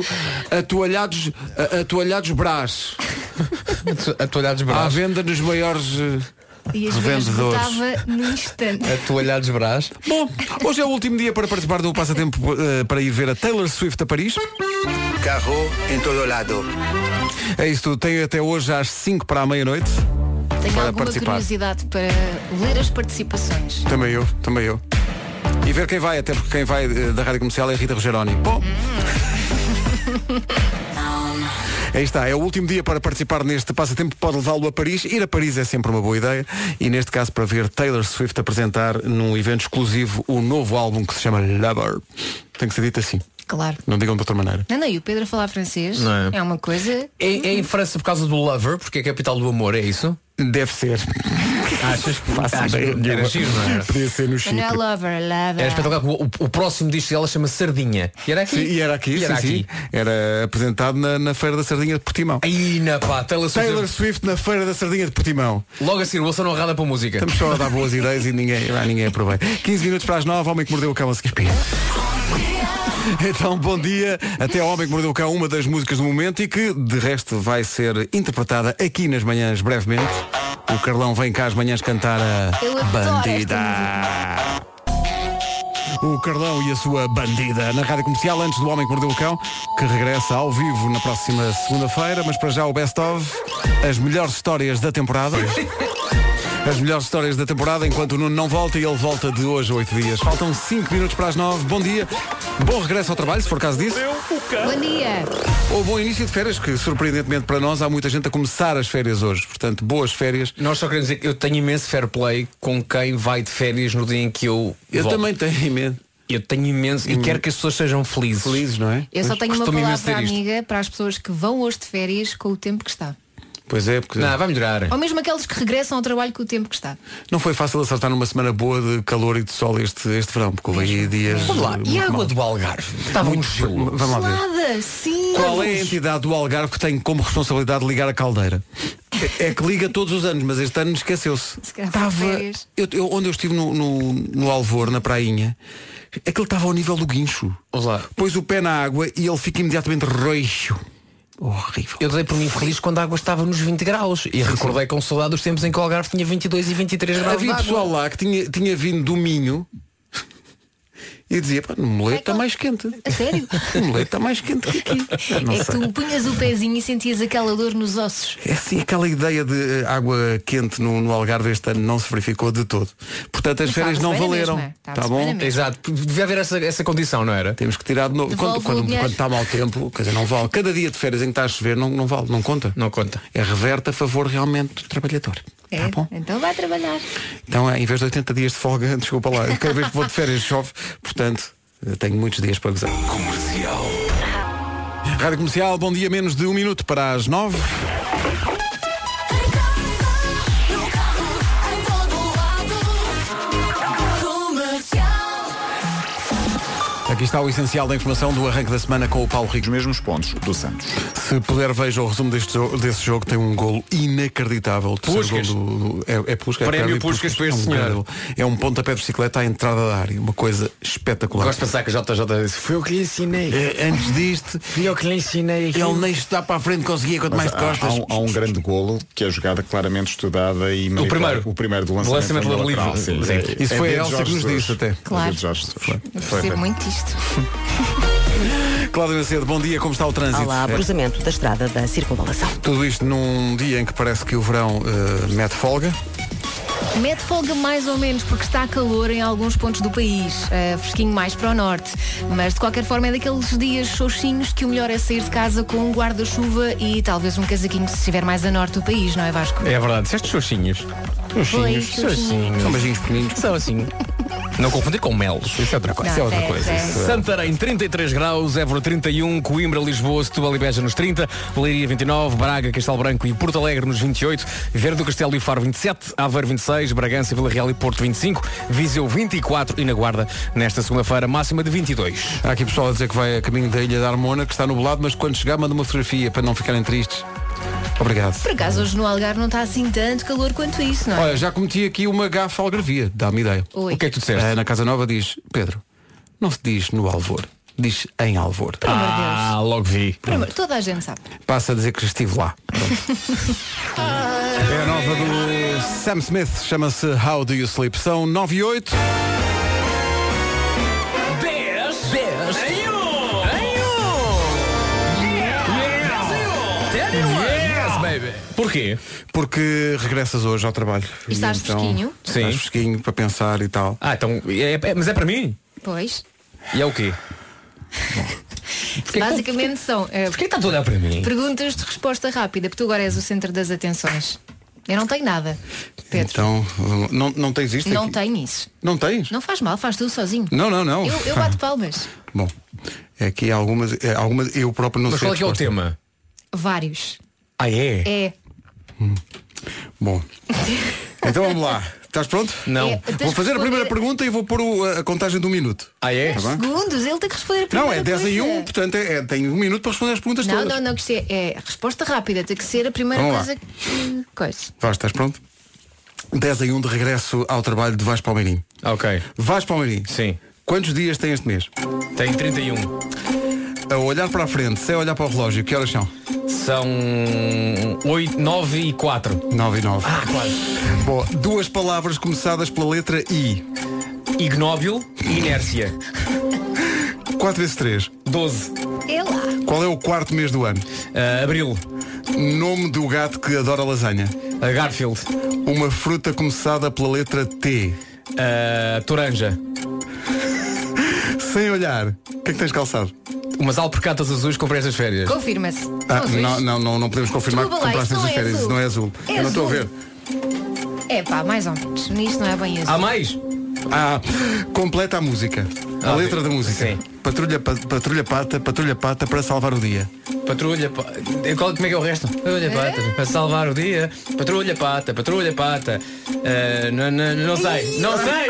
atoalhados Brás. Atoalhados Brás. À venda nos maiores e as revendedores. No instante. Atoalhados Brás. Bom, hoje é o último dia para participar do passatempo para ir ver a Taylor Swift a Paris. Carro em todo lado. É isso tudo. Tem até hoje às 5 para a meia-noite. Tenho alguma curiosidade para ler as participações. Também eu. E ver quem vai, até porque quem vai da Rádio Comercial é a Rita Rogeroni. Bom. Aí está, é o último dia para participar neste passatempo. Pode levá-lo a Paris. Ir a Paris é sempre uma boa ideia. E neste caso para ver Taylor Swift apresentar num evento exclusivo o novo álbum que se chama Lover. Tem que ser dito assim. Claro. Não digam de outra maneira. Não, e o Pedro a falar francês é uma coisa... É em França por causa do Lover, porque é a capital do amor, é isso? Deve ser. Achas que era giro, não era? Podia ser no Chipre. Não é Lover. Era espetacular. O próximo disco dela chama Sardinha. E era aqui? Sim, e era aqui. Era apresentado na Feira da Sardinha de Portimão. Taylor Swift na Feira da Sardinha de Portimão. Logo a seguir, bolsa não honrada para a música. Estamos só a dar boas ideias e ninguém aproveita. 15 minutos para as 9, Homem que Mordeu o Cão a seguir. Então, bom dia. Até ao Homem que Mordeu o Cão, uma das músicas do momento e que, de resto, vai ser interpretada aqui nas manhãs brevemente. O Carlão vem cá às manhãs cantar a Bandida. O Carlão e a sua Bandida na Rádio Comercial, antes do Homem que Mordeu o Cão, que regressa ao vivo na próxima segunda-feira, mas para já o Best of, as melhores histórias da temporada. As melhores histórias da temporada, enquanto o Nuno não volta e ele volta de hoje a 8 dias. Faltam 5 minutos para as 9. Bom dia. Bom regresso ao trabalho, se for caso disso. Bom dia. Ou bom início de férias, que surpreendentemente para nós há muita gente a começar as férias hoje. Portanto, boas férias. Nós só queremos dizer que eu tenho imenso fair play com quem vai de férias no dia em que eu volto. Também tenho imenso. Eu tenho imenso e quero que as pessoas sejam felizes. Felizes, não é? Eu só tenho uma palavra amiga para as pessoas que vão hoje de férias com o tempo que está. Pois é, porque... Não, vai melhorar. Ou mesmo aqueles que regressam ao trabalho com o tempo que está. Não foi fácil acertar numa semana boa de calor e de sol este verão, porque houve aí dias... Vamos lá, e a água do Algarve? Estava um gelo. Vamos lá ver. Nada, sim. Qual é a entidade do Algarve que tem como responsabilidade ligar a caldeira? É que liga todos os anos, mas este ano esqueceu-se. Onde eu estive no Alvor, na prainha, aquele estava ao nível do guincho. Pôs o pé na água e ele fica imediatamente roxo. Horrível. Eu dei por mim feliz quando a água estava nos 20 graus e recordei com saudade os tempos em que o Algarve tinha 22 e 23 graus. Havia pessoal lá que tinha vindo do Minho e dizia, pá, no Moledo está mais quente. A sério? No Moledo está mais quente que aqui. É que tu punhas o pezinho e sentias aquela dor nos ossos. É assim, aquela ideia de água quente no Algarve este ano não se verificou de todo. Portanto, as férias não valeram. Tá bom? Exato. Devia haver essa condição, não era? Temos que tirar de novo. Quando está mau tempo, quer dizer, não vale. Cada dia de férias em que está a chover não vale, não conta. Não conta. É reverte a favor realmente do trabalhador. É, tá bom? então vai trabalhar. Então, em vez de 80 dias de folga, desculpa lá, cada vez que vou de férias chove, portanto, tenho muitos dias para gozar. Comercial. Rádio Comercial, bom dia, menos de 1 minuto para as 9. Aqui está o essencial da informação do arranque da semana com o Paulo Rico. Os mesmos pontos do Santos. Se puder, veja o resumo desse jogo. Tem um golo inacreditável. Puskas. É Puskas. Prémio Puskas para este senhor. É um pontapé de bicicleta à entrada da área. Uma coisa espetacular. Gosto de pensar que a JJ disse, foi o que lhe ensinei. Antes disto, fui eu que lhe ensinei. Ele nem está para a frente conseguia, quanto mais de costas. Há um grande golo que é jogada claramente estudada e o primeiro do lançamento do livre. Isso foi a Elsa que nos disse até. Claro. Percebo muito isto. Cláudia Macedo, bom dia, como está o trânsito? Olá, cruzamento da estrada da circunvalação. Tudo isto num dia em que parece que o verão mete folga. Mete folga mais ou menos porque está calor em alguns pontos do país, fresquinho mais para o norte, mas de qualquer forma é daqueles dias xoxinhos que o melhor é sair de casa com um guarda-chuva e talvez um casaquinho se estiver mais a norte do país, não é, Vasco? É verdade, disseste xoxinhos. Xoxinhos. São beijinhos pequeninos. São assim. Não confundir com melos, isso é outra coisa. Não, é outra coisa. Santarém 33 graus, Évora 31, Coimbra, Lisboa, Setúbal e Beja nos 30, Leiria 29, Braga, Castelo Branco e Porto Alegre nos 28, Viana do Castelo e Faro 27, Aveiro 26, Bragança, Vila Real e Porto 25, Viseu 24 e na Guarda nesta segunda-feira máxima de 22. Há aqui pessoal a dizer que vai a caminho da Ilha da Armona, que está nublado, mas quando chegar manda uma fotografia para não ficarem tristes. Obrigado. Por acaso hoje no Algarve não está assim tanto calor quanto isso, não é? Olha, já cometi aqui uma gafa algarvia, dá-me ideia. Oi. O que é que tu disseste? Na Casa Nova diz, Pedro, não se diz no Alvor, diz em Alvor. Por amor de Deus. Logo vi. Toda a gente sabe. Passa a dizer que estive lá. É a nova do Sam Smith, chama-se How Do You Sleep. São 9 e 8. 10. Porquê? Porque regressas hoje ao trabalho. E estás fresquinho? Sim. Estás fresquinho para pensar e tal. Então, mas é para mim? Pois. E é o quê? Basicamente são Porquê está tudo a olhar para mim? perguntas de resposta rápida, porque tu agora és o centro das atenções. Eu não tenho nada, Pedro. Então, não tens isto Não aqui? tenho isso. Não tens? Não faz mal, faz tu sozinho. Não. Eu bato palmas. Bom, é que algumas eu próprio não Mas sei. qual é que é o tema? Vários. Ah, é? É. Bom, então vamos lá. Estás pronto? Não. Vou fazer a primeira pergunta e vou pôr a contagem de 1 minuto. Ah, é? Tá bem? Segundos, ele tem que responder a primeira Não, é 10 em 1, portanto tem 1 minuto para responder as perguntas todas. Não, que isto é resposta rápida, tem que ser a primeira Vamos coisa que... Coisa. Vasco, estás pronto? 10 em 1 de regresso ao trabalho de Vasco Palmeirim. Ok. Vasco Palmeirim. Sim. Quantos dias tem este mês? Tenho 31. A olhar para a frente, sem olhar para o relógio, que horas são? São 9 e 4. 9 e 9. Ah, quase. Bom, 2 palavras começadas pela letra I. Ignóbil e inércia. 4 vezes 3. 12. É lá. Qual é o 4º mês do ano? Abril. Nome do gato que adora lasanha. Garfield. Uma fruta começada pela letra T. Toranja. Sem olhar, o que é que tens calçado? Umas alpercatas azuis que comprei estas férias. Confirma-se. Não podemos confirmar que Desculpa lá, compraste isto estas não é férias. azul. Isso não é azul. É Eu não estou a azul. ver. É pá, mais ou menos. Nisto não é bem azul. Há mais? Completa a música. A letra da música. Sim. Patrulha pata para salvar o dia. Patrulha pata. Como é que é o resto? Patrulha pata para salvar o dia. Patrulha pata. Não sei.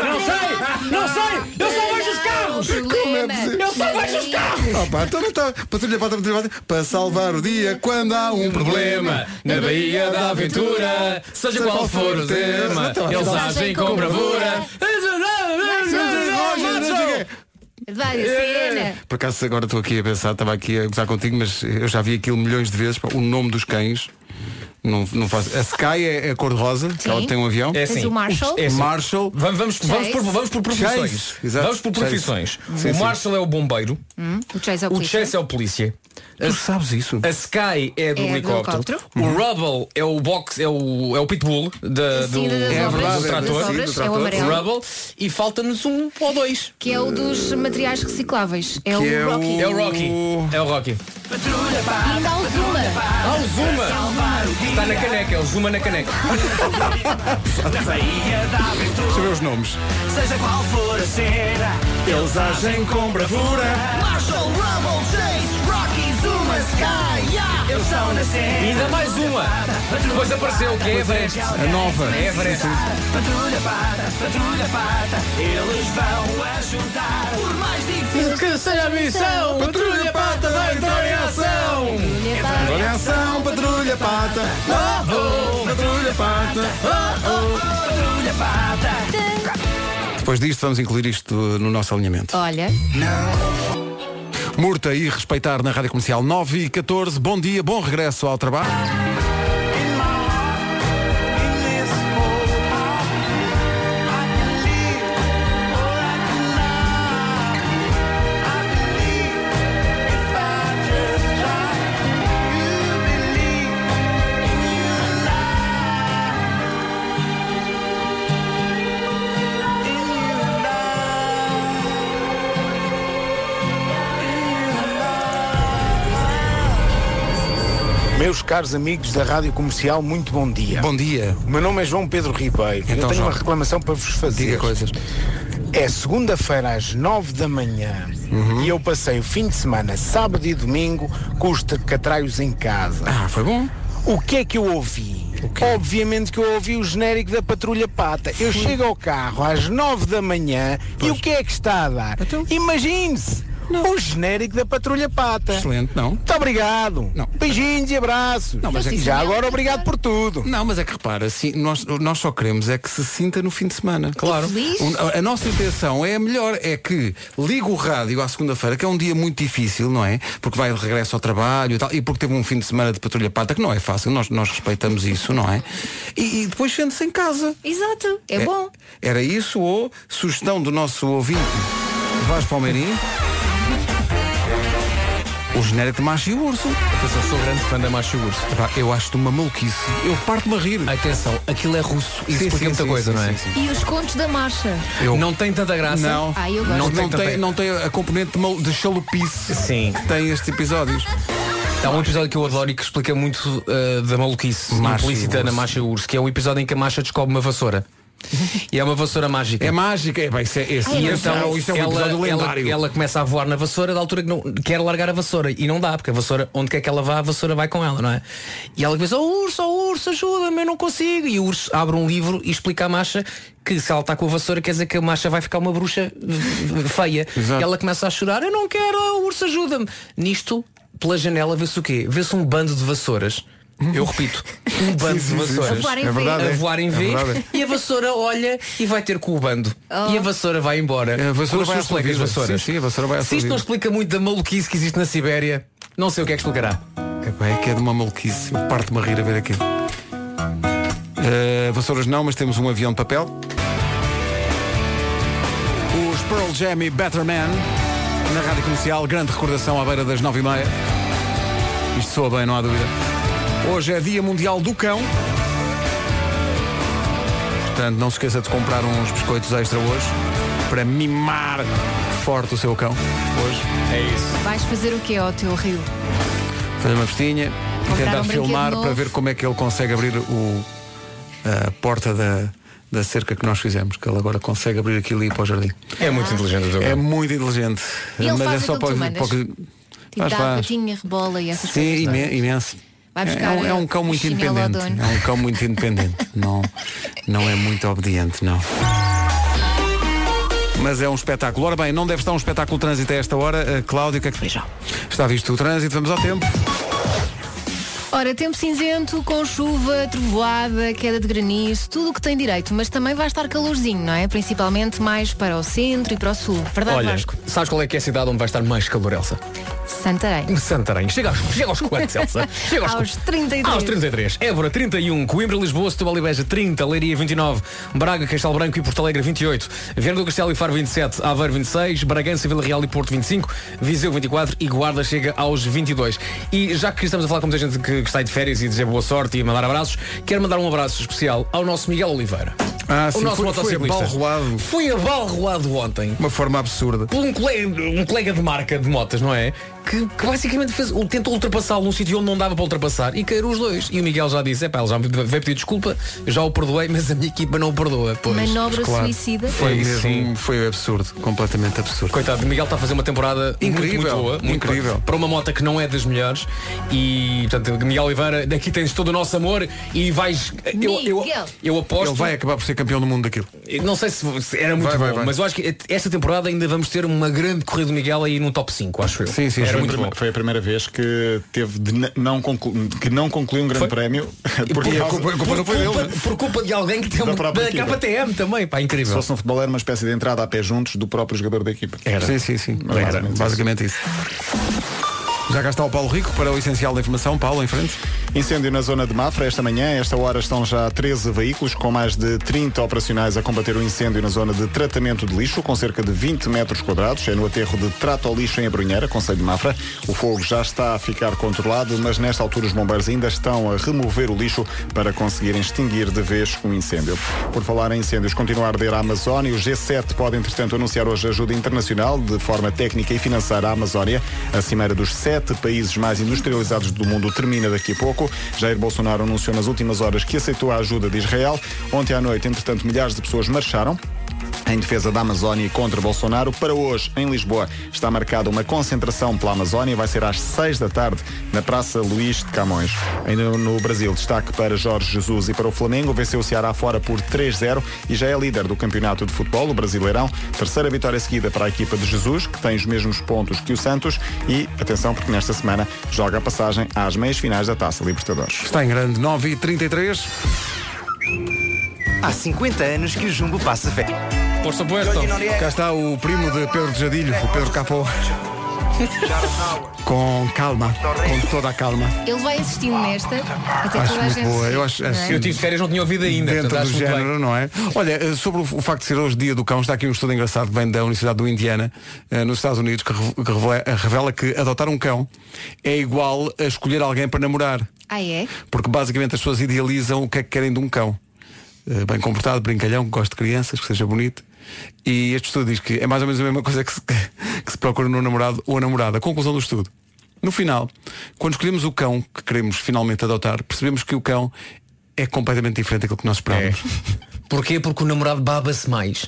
Eu só vejo os carros. Eu só vejo os carros. Então não está. Patrulha pata para salvar o dia quando há um problema. Na Baía da Aventura, seja qual for o tema, eles agem com bravura. Vai, cena. Por acaso agora estou aqui a pensar, estava aqui a gozar contigo, mas eu já vi aquilo milhões de vezes. O nome dos cães não faz. A Sky é a cor de rosa, que ela tem um avião. É assim. O Marshall. É assim. Marshall. Vamos por profissões. Chase, exato. Vamos por profissões. Sim, o sim. Marshall é o bombeiro. O Chase é o O polícia. Chase é o polícia. Tu sabes isso? A Sky é do helicóptero. O Rubble é o box, é o pitbull Sim, das obras, do trator. das obras, Sim, do é o trator. O amarelo. Rubble. E falta-nos um ou dois. Que é o dos materiais recicláveis. É Que o é o- Rocky. É o Rocky. É o Rocky. E ainda há o Zuma. O Zuma. Está na caneca, é o Zuma na caneca. Deixa eu ver os nomes. Seja qual for a cena, Eles agem com bravura. Marshall, Rubble, Chase, Rocky, Zuma, Sky, yeah, eles estão na cena. E ainda mais uma. Depois apareceu, que é a Everest. A nova. É a Everest. Patrulha pata, eles vão ajudar. Por mais difícil Que seja a missão, Patrulha Pata vai entrar em ação. Agora é ação, patrulha pata. Patrulha pata. Patrulha pata. Depois disto vamos incluir isto no nosso alinhamento. Olha. Murta e respeitar na Rádio Comercial 9h14. Bom dia, bom regresso ao trabalho. Meus caros amigos da Rádio Comercial, muito bom dia. Bom dia. O meu nome é João Pedro Ribeiro. Então, eu tenho João, uma reclamação para vos fazer. Diga coisas. É segunda-feira às 9 da manhã e eu passei o fim de semana, sábado e domingo, com os catraios em casa. Ah, foi bom. O que é que eu ouvi? Obviamente que eu ouvi o genérico da Patrulha Pata. Eu chego ao carro às 9 da manhã e o que é que está a dar? Então? Imagine-se! O genérico da Patrulha Pata. Excelente, não? Muito obrigado. Não. Beijinhos e abraços. Não, mas é e que- já agora obrigado por tudo. Não, mas é que repara, assim, nós só queremos é que se sinta no fim de semana. Claro. Feliz? A nossa intenção é a melhor, é que liga o rádio à segunda-feira, que é um dia muito difícil, não é? Porque vai de regresso ao trabalho e tal, e porque teve um fim de semana de Patrulha Pata, que não é fácil, nós respeitamos isso, não é? E depois sente-se em casa. Exato. É bom. Era isso ou sugestão do nosso ouvinte Vasco Palmeirim, o genérico de Macho e o Urso. Atenção, sou grande fã da Macho e o Urso. Epá, eu acho-te uma maluquice. Eu parto-me a rir. Atenção, aquilo é russo. Isso Sim, explica sim, muita sim, coisa, sim, não é? sim, sim. E os contos da marcha. Não tem tanta graça. Não, Ah, eu gosto. não tem a componente de chalupice Sim. que tem estes episódios. Há um episódio que eu adoro e que explica muito da maluquice Macho e implícita Urso. na Macha e o Urso, que é o episódio em que a Macha descobre uma vassoura. E é uma vassoura mágica. É mágica. É, bem, isso é E então isso é um episódio lendário. ela começa a voar na vassoura da altura que não quer largar a vassoura e não dá, porque a vassoura, onde quer que ela vá, a vassoura vai com ela, não é? E ela começa, oh urso, ajuda-me, eu não consigo. E o urso abre um livro e explica à Macha que se ela está com a vassoura quer dizer que a Macha vai ficar uma bruxa feia. Exato. E ela começa a chorar, eu não quero, oh, urso, ajuda-me. Nisto, pela janela, vê-se o quê? Vê-se um bando de vassouras. Eu repito, um bando de vassouras A voar em É V. verdade. a voar em V, verdade. e a vassoura olha e vai ter com o bando. E a vassoura vai embora. A vassoura com vai as à suas sua colegas vida. vassouras. Sim, a vassoura vai à Se sua isto não vida. explica muito da maluquice que existe na Sibéria, não sei o que é que explicará. Epá, é que é de uma maluquice. Eu parto-me a rir a ver aquilo. Vassouras não, mas temos um avião de papel. Os Pearl Jam e Better Man na Rádio Comercial. Grande recordação à beira das 9h30. Isto soa bem, não há dúvida. Hoje é Dia Mundial do Cão. Portanto, não se esqueça de comprar uns biscoitos extra hoje para mimar forte o seu cão. Hoje é isso. Vais fazer o quê ao teu rio? Fazer uma festinha e Comprar tentar um brinquedo filmar novo. para ver como é que ele consegue abrir a porta da cerca que nós fizemos, que ele agora consegue abrir aquilo e ir para o jardim. É muito inteligente o teu É cão. muito inteligente. E ele faz é só aquilo que tu mandas? para Tipo, dá a patinha, rebola e essas Sim, coisas. não é? imenso. Vai buscar É um cão muito chinelo ao independente. dono. É um cão muito independente. Não é muito obediente, não. Mas é um espetáculo. Ora bem, não deve estar um espetáculo de trânsito a esta hora. Cláudia, o que é que... Beijão. Está visto o trânsito, vamos ao tempo. Ora, tempo cinzento, com chuva, trovoada, queda de granizo, tudo o que tem direito, mas também vai estar calorzinho, não é? Principalmente mais para o centro e para o sul. Verdade, Olha, Vasco? sabes qual é que é a cidade onde vai estar mais calor, Elsa? Santarém. Santarém. Chega aos quantos, Elsa? Chega aos 33. Aos 33. Évora 31, Coimbra, Lisboa, Setúbal e Beja 30, Leiria 29, Braga, Castelo Branco e Porto Alegre 28, Viana do Castelo e Faro 27, Aveiro 26, Bragança, Vila Real e Porto 25, Viseu 24 e Guarda chega aos 22. E já que estamos a falar com muita gente que está aí de férias e dizer boa sorte e mandar abraços, quero mandar um abraço especial ao nosso Miguel Oliveira. Sim, o nosso motociclista. Foi abalroado ontem. Uma forma absurda. Por um colega de marca de motas, não é? Que basicamente tentou ultrapassá-lo num sítio onde não dava para ultrapassar e caíram os dois. E o Miguel já disse, ele já me veio pedir desculpa, eu já o perdoei, mas a minha equipa não o perdoa. Pois. Manobra suicida. Foi mesmo, sim. Foi absurdo, completamente absurdo. Coitado, o Miguel está a fazer uma temporada incrível, muito boa, muito incrível. Boa, para uma moto que não é das melhores. E, portanto, Miguel Oliveira, daqui tens todo o nosso amor e vais... Eu aposto... Ele vai acabar por ser campeão do mundo daquilo. Não sei se era muito bom, mas eu acho que esta temporada ainda vamos ter uma grande corrida do Miguel aí no top 5, acho eu. Sim, sim. Foi a primeira vez que teve de não concluir um grande prémio. Porque a culpa não foi dele. Por culpa de alguém que tem uma KTM também, pá, incrível. Se fosse um futebol era uma espécie de entrada a pé juntos do próprio jogador da equipa. Era. Sim. Era basicamente isso. Já cá está o Paulo Rico para o essencial da informação. Paulo, em frente. Incêndio na zona de Mafra esta manhã. Esta hora estão já 13 veículos com mais de 30 operacionais a combater o incêndio na zona de tratamento de lixo, com cerca de 20 metros quadrados. É no aterro de Trato ao Lixo em Abrunheira, concelho de Mafra. O fogo já está a ficar controlado, mas nesta altura os bombeiros ainda estão a remover o lixo para conseguirem extinguir de vez o incêndio. Por falar em incêndios, continua a arder a Amazónia. O G7 pode, entretanto, anunciar hoje ajuda internacional de forma técnica e financeira à Amazónia. A cimeira dos 7 países mais industrializados do mundo termina daqui a pouco. Jair Bolsonaro anunciou nas últimas horas que aceitou a ajuda de Israel. Ontem à noite, entretanto, milhares de pessoas marcharam em defesa da Amazónia e contra Bolsonaro. Para hoje, em Lisboa, está marcada uma concentração pela Amazónia. Vai ser às 6 da tarde na Praça Luís de Camões. Ainda no Brasil, destaque para Jorge Jesus e para o Flamengo. Venceu o Ceará fora por 3-0 e já é líder do campeonato de futebol, o Brasileirão. Terceira vitória seguida para a equipa de Jesus, que tem os mesmos pontos que o Santos. E, atenção, porque nesta semana joga a passagem às meias finais da Taça Libertadores. Está em grande, 9h33. Há 50 anos que o Jumbo passa fé. Por supuesto. Cá está o primo de Pedro de Jadilho, o Pedro Capó. Com calma, com toda a calma. Ele vai assistindo nesta, até acho toda a muito gente. boa. Eu tive férias, não tinha ouvido ainda. Dentro portanto, do género, bem. não é? Olha, sobre o facto de ser hoje dia do cão, está aqui um estudo engraçado que vem da Universidade do Indiana, nos Estados Unidos, que revela que adotar um cão é igual a escolher alguém para namorar. Ah, é? Porque basicamente as pessoas idealizam o que é que querem de um cão. Bem comportado, brincalhão, que goste de crianças, que seja bonito. E este estudo diz que é mais ou menos a mesma coisa que se procura no namorado ou a namorada. Conclusão do estudo. No final, quando escolhemos o cão que queremos finalmente adotar, percebemos que o cão é completamente diferente daquilo que nós esperávamos. Porquê? Porque o namorado baba-se mais.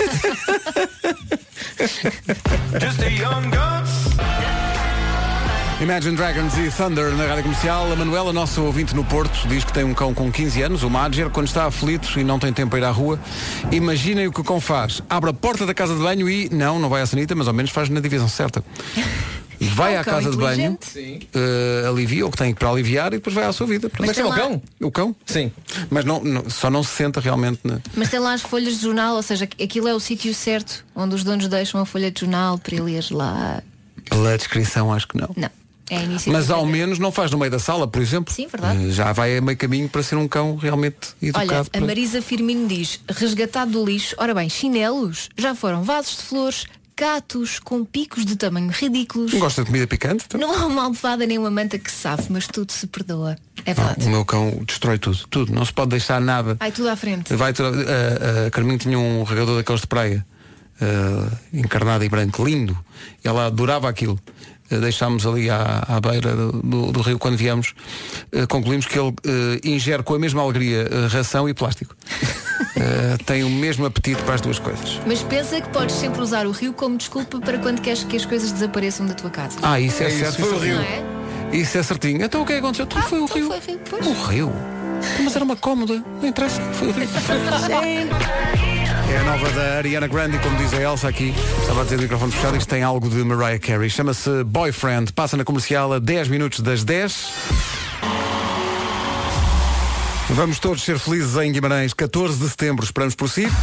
Imagine Dragons e Thunder na rádio comercial. A Manuela, nossa ouvinte no Porto, diz que tem um cão com 15 anos, o Madger. Quando está aflito e não tem tempo para ir à rua, imaginem o que o cão faz. Abre a porta da casa de banho e, não vai à sanita, mas ao menos faz na divisão certa. Vai à casa de banho, alivia o que tem para aliviar e depois vai à sua vida. Mas tem o cão? O cão? Sim. Mas só não se senta realmente. Mas tem lá as folhas de jornal, ou seja, aquilo é o sítio certo onde os donos deixam a folha de jornal para ele ir lá. Pela descrição, acho que não. Não. Mas ao menos não faz no meio da sala, por exemplo. Sim, verdade. Já vai a meio caminho para ser um cão realmente educado. Olha, a Marisa Firmino diz: resgatado do lixo, ora bem, chinelos, já foram vasos de flores, gatos com picos de tamanho ridículos. Não gosta de comida picante? Então? Não há uma almofada nem uma manta que se safe, mas tudo se perdoa. É verdade. O meu cão destrói tudo. Não se pode deixar nada. Vai tudo à frente. A Carminho tinha um regador daqueles de praia, encarnado e branco, lindo. E ela adorava aquilo. Deixámos ali à beira do rio quando viemos. Concluímos que ele ingere com a mesma alegria ração e plástico. Tem o mesmo apetite para as duas coisas. Mas pensa que podes sempre usar o rio como desculpa para quando queres que as coisas desapareçam da tua casa. Isso é certo. Foi o rio. Não é? Isso é certinho. Então o que é que aconteceu? Foi o rio. O rio? Mas era uma cómoda. Não interessa. Foi o rio. É a nova da Ariana Grande, como diz a Elsa aqui. Estava a dizer do microfone fechado, isto tem algo de Mariah Carey. Chama-se Boyfriend. Passa na comercial a 10 minutos das 10. Vamos todos ser felizes em Guimarães, 14 de setembro, esperamos por si.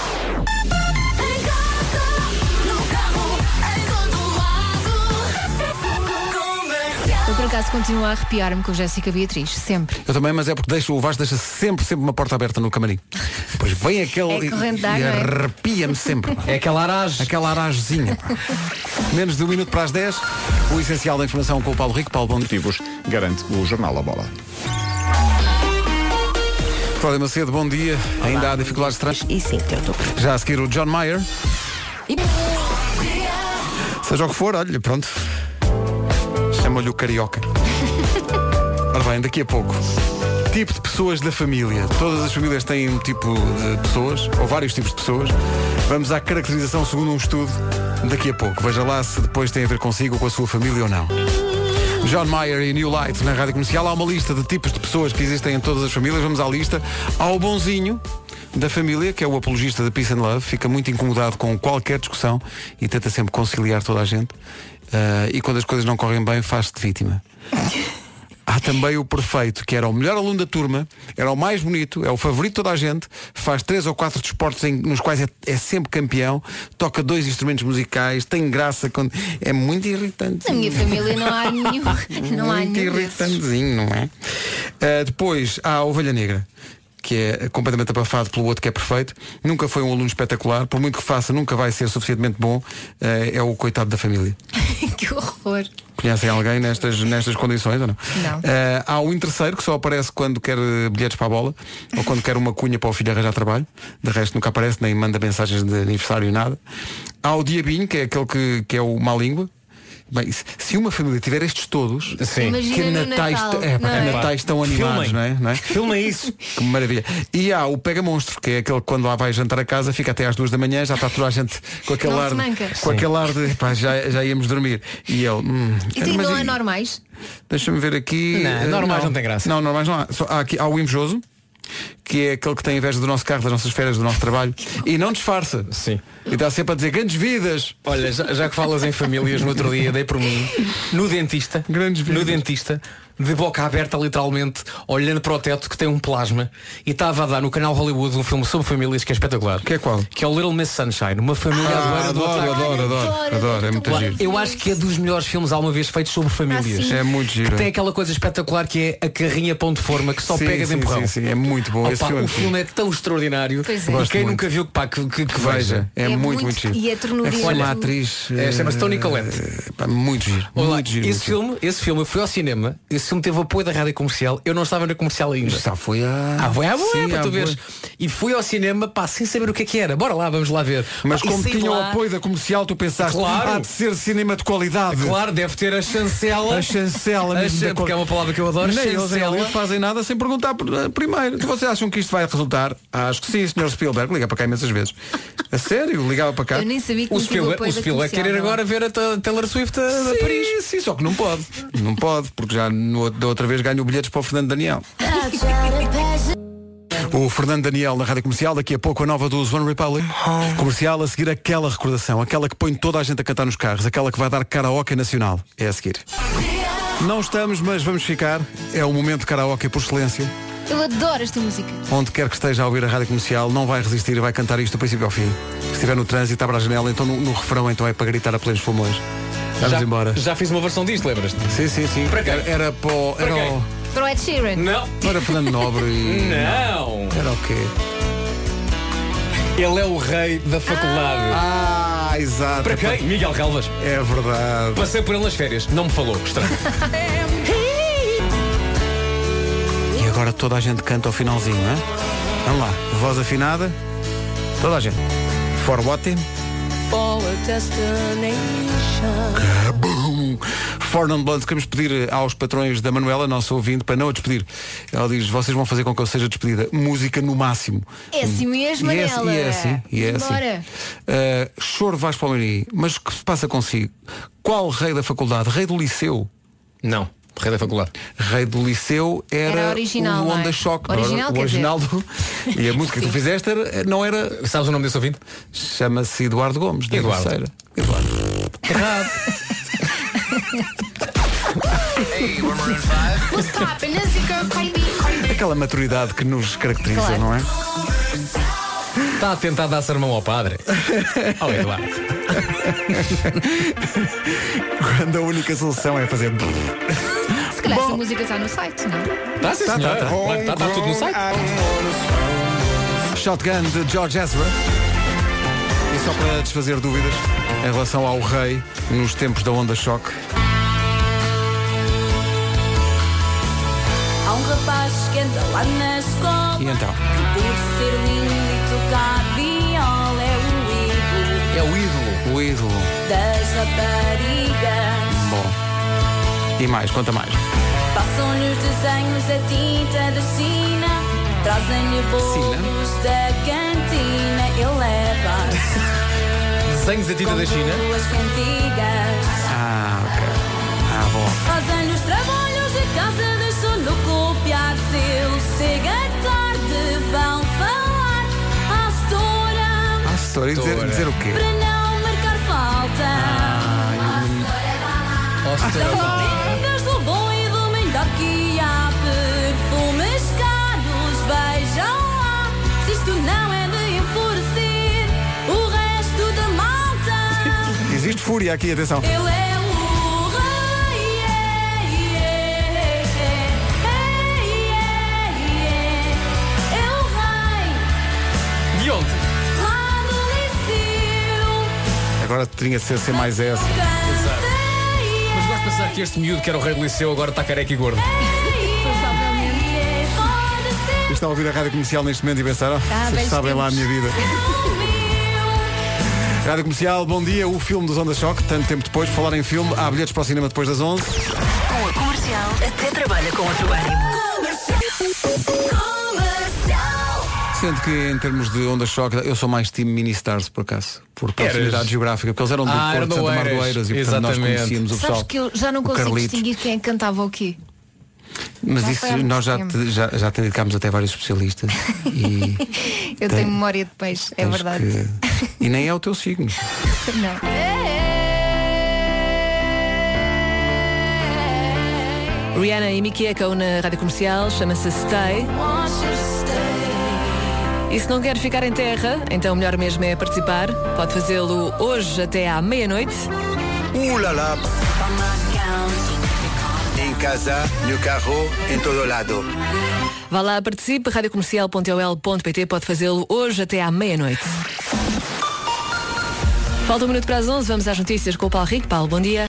Eu por acaso continuo a arrepiar-me com Jéssica Beatriz, sempre. Eu também, mas é porque o Vasco deixa sempre uma porta aberta no camarim. Depois vem aquele corrente de e água, é? arrepia-me sempre. É aquela aragem. Aquela aragezinha. Menos de 1 minuto para as 10. O essencial da informação com o Paulo Rico. Paulo, bom dia. Garante o Jornal A Bola. Cláudia Macedo, bom dia. Olá, ainda há dificuldades trans. E sim, eu estou. Já a seguir o John Mayer. Seja o que for, olha, pronto. Chama-lhe o Carioca. Ora bem, daqui a pouco. Tipo de pessoas da família. Todas as famílias têm um tipo de pessoas, ou vários tipos de pessoas. Vamos à caracterização segundo um estudo daqui a pouco. Veja lá se depois tem a ver consigo ou com a sua família ou não. John Mayer e New Light na Rádio Comercial. Há uma lista de tipos de pessoas que existem em todas as famílias. Vamos à lista. Há o bonzinho da família, que é o apologista da Peace and Love. Fica muito incomodado com qualquer discussão e tenta sempre conciliar toda a gente. E quando as coisas não correm bem, faz-se de vítima. Há também o perfeito, que era o melhor aluno da turma, era o mais bonito, é o favorito de toda a gente, faz 3 ou 4 desportos nos quais é sempre campeão, toca 2 instrumentos musicais, tem graça, é muito irritante. Na minha família não há nenhum. Não há muito nenhum irritantezinho, não é? Depois há a Ovelha Negra, que é completamente abafado pelo outro que é perfeito. Nunca foi um aluno espetacular, por muito que faça, nunca vai ser suficientemente bom. É o coitado da família. Que horror. Conhecem alguém nestas condições ou não? Não. Há o interesseiro, que só aparece quando quer bilhetes para a bola ou quando quer uma cunha para o filho arranjar trabalho. De resto nunca aparece, nem manda mensagens de aniversário, nada. Há o diabinho, que é aquele que é o má língua. Bem, se uma família tiver estes todos, sim. Que natais estão animados, não é? Filma isso. Que maravilha. E há o pega monstro, que é aquele que quando lá vai jantar a casa fica até às 2 da manhã, já está toda a gente com aquele não ar, com aquele ar de pá, já íamos dormir. E eu, E tem, não há normais? Deixa-me ver aqui. Não, normais não tem graça. Não, normais não há. Há o invejoso, que é aquele que tem inveja do nosso carro, das nossas férias, do nosso trabalho e não disfarça. Sim. E está sempre a dizer grandes vidas. Olha, já que falas em famílias, no outro dia dei por mim no dentista. Grandes vidas. No dentista, de boca aberta literalmente, olhando para o teto que tem um plasma, e estava a dar no canal Hollywood um filme sobre famílias que é espetacular. Que é qual? Que é o Little Miss Sunshine, uma família adoro, é muito giro. Eu acho que é dos melhores filmes alguma vez feitos sobre famílias. É muito giro. Que tem aquela coisa espetacular que é a carrinha pão de forma que só pega de empurrão. Sim, é muito bom. Esse filme o filme é tão extraordinário. Pois é. Quem nunca viu, pá, que veja. É muito giro. E é ternurista. Olha, uma atriz. Chama-se Toni Collette. Muito giro. Muito giro. Esse filme, eu fui ao cinema. Esse filme teve o apoio da Rádio Comercial. Eu não estava na Comercial ainda. Já foi foi para tu veres. E fui ao cinema, pá, sem saber o que era. Bora lá, vamos lá ver. Mas pá, como tinha o apoio da Comercial, tu pensaste, claro, há de ser cinema de qualidade. Claro, deve ter a chancela. A chancela mesmo. Porque é uma palavra que eu adoro. Nem eles fazem nada sem perguntar primeiro. Vocês acham que isto vai resultar? Acho que sim, Sr. Spielberg. Liga para cá imensas vezes. A sério, ligava para cá. Eu nem sabia que o Spielberg querer agora ver a Taylor Swift a Paris. Sim, só que não pode. Não pode, porque já da outra vez ganhou bilhetes para o Fernando Daniel. O Fernando Daniel na Rádio Comercial, daqui a pouco a nova dos One Republic. Comercial, a seguir aquela recordação, aquela que põe toda a gente a cantar nos carros, aquela que vai dar karaoke nacional. É a seguir. Não estamos, mas vamos ficar. É o momento de karaoke por excelência. Eu adoro esta música. Onde quer que esteja a ouvir a Rádio Comercial, não vai resistir e vai cantar isto do princípio ao fim. Se estiver no trânsito, abra a janela, então no refrão então é para gritar a plenos pulmões. Vamos embora. Já fiz uma versão disto, lembras-te? Sim. Para quem? Era para o Ed Sheeran. Não. Era Fernando Nobre e... Não. Era o quê? Ele é o rei da faculdade. Exato. Para quem? Miguel Calvas. É verdade. Passei por ele nas férias. Não me falou. Estranho. E agora toda a gente canta ao finalzinho, não é? Vamos lá. Voz afinada. Toda a gente. For what? For a destination. Cabum! For Non-Blondes, queremos pedir aos patrões da Manuela, nossa ouvinte, para não a despedir. Ela diz, vocês vão fazer com que eu seja despedida. Música no máximo. É assim mesmo, Manela. E é assim. Choro Vasco Palmeirim, mas o que se passa consigo? Qual rei da faculdade? Rei do liceu? Não. Rei da faculdade. Rei do liceu era original, o Onda Choque. O original E a música que tu fizeste não era... Sabes o nome desse ouvinte? Chama-se Eduardo Gomes. Eduardo. Errado. Hey, we're Maroon 5. What's poppin'? This is your girl Cardi B. aquela maturidade que nos caracteriza, Claro. não é? Está a tentar dar sermão ao padre. Ao Eduardo. Quando a única solução é fazer. Se calhar essa música está no site, não? Está sim, senhor. Está tudo no site. Shotgun de George Ezra. E só para desfazer dúvidas em relação ao rei nos tempos da onda choque. Há um rapaz que anda lá na escola. E então? Por ser lindo e tocar viola é É o ídolo. O ídolo. das raparigas. Bom. E mais, conta mais. Passam-lhe os desenhos a tinta da China. Trazem-lhe bolos da cantina. Ele leva Desenhos da tinta da China. as cantigas. Ah, ok. Ah, bom. Fazem os trabalhos de casa, deixam-no copiar. Se ele chega tarde, vão falar à setora. Ah, senhora, e dizer o quê? Para não marcar falta. Lendas do bom e do melhor que há. Perfumes caros, vejam lá. Se isto não é de enfurecer o resto da malta. Existe fúria aqui, atenção. Ele é o rei. É o rei. De onde? Lá do Liceu. Agora tinha de ser mais essa. Mas gosto de pensar que este miúdo que era o rei do Liceu agora está careca e gordo. Estão a ouvir a rádio comercial neste momento e pensaram, vocês velhos sabem lá a tempos. minha vida. Rádio Comercial, bom dia. O filme dos Onda Choque, tanto tempo depois, falar em filme, há bilhetes para o cinema depois das 11. Com a Comercial, até trabalha com outro ânimo. Sendo que em termos de Onda Choque, eu sou mais time Mini-Stars, por acaso. Por proximidade geográfica, porque eles eram do Porto de Santa Mar do Eiras e portanto nós conhecíamos o pessoal. Sabes que eu já não o consigo Carlitos. distinguir quem cantava o quê. Mas Já isso foi há muito nós já tempo. dedicámos até vários especialistas. E Eu tenho memória de peixe, é tens verdade. que- E nem é o teu signo. Não. Rihanna e Mickey Echo na Rádio Comercial, chama-se Stay. E se não quer ficar em terra, então o melhor mesmo é participar. Pode fazê-lo hoje até à meia-noite. Lá lá. Em casa, no carro, em todo lado. Vá lá, participe, radiocomercial.ol.pt, pode fazê-lo hoje até à meia-noite. Falta um minuto para as 11, vamos às notícias com o Paulo Rico. Paulo, bom dia.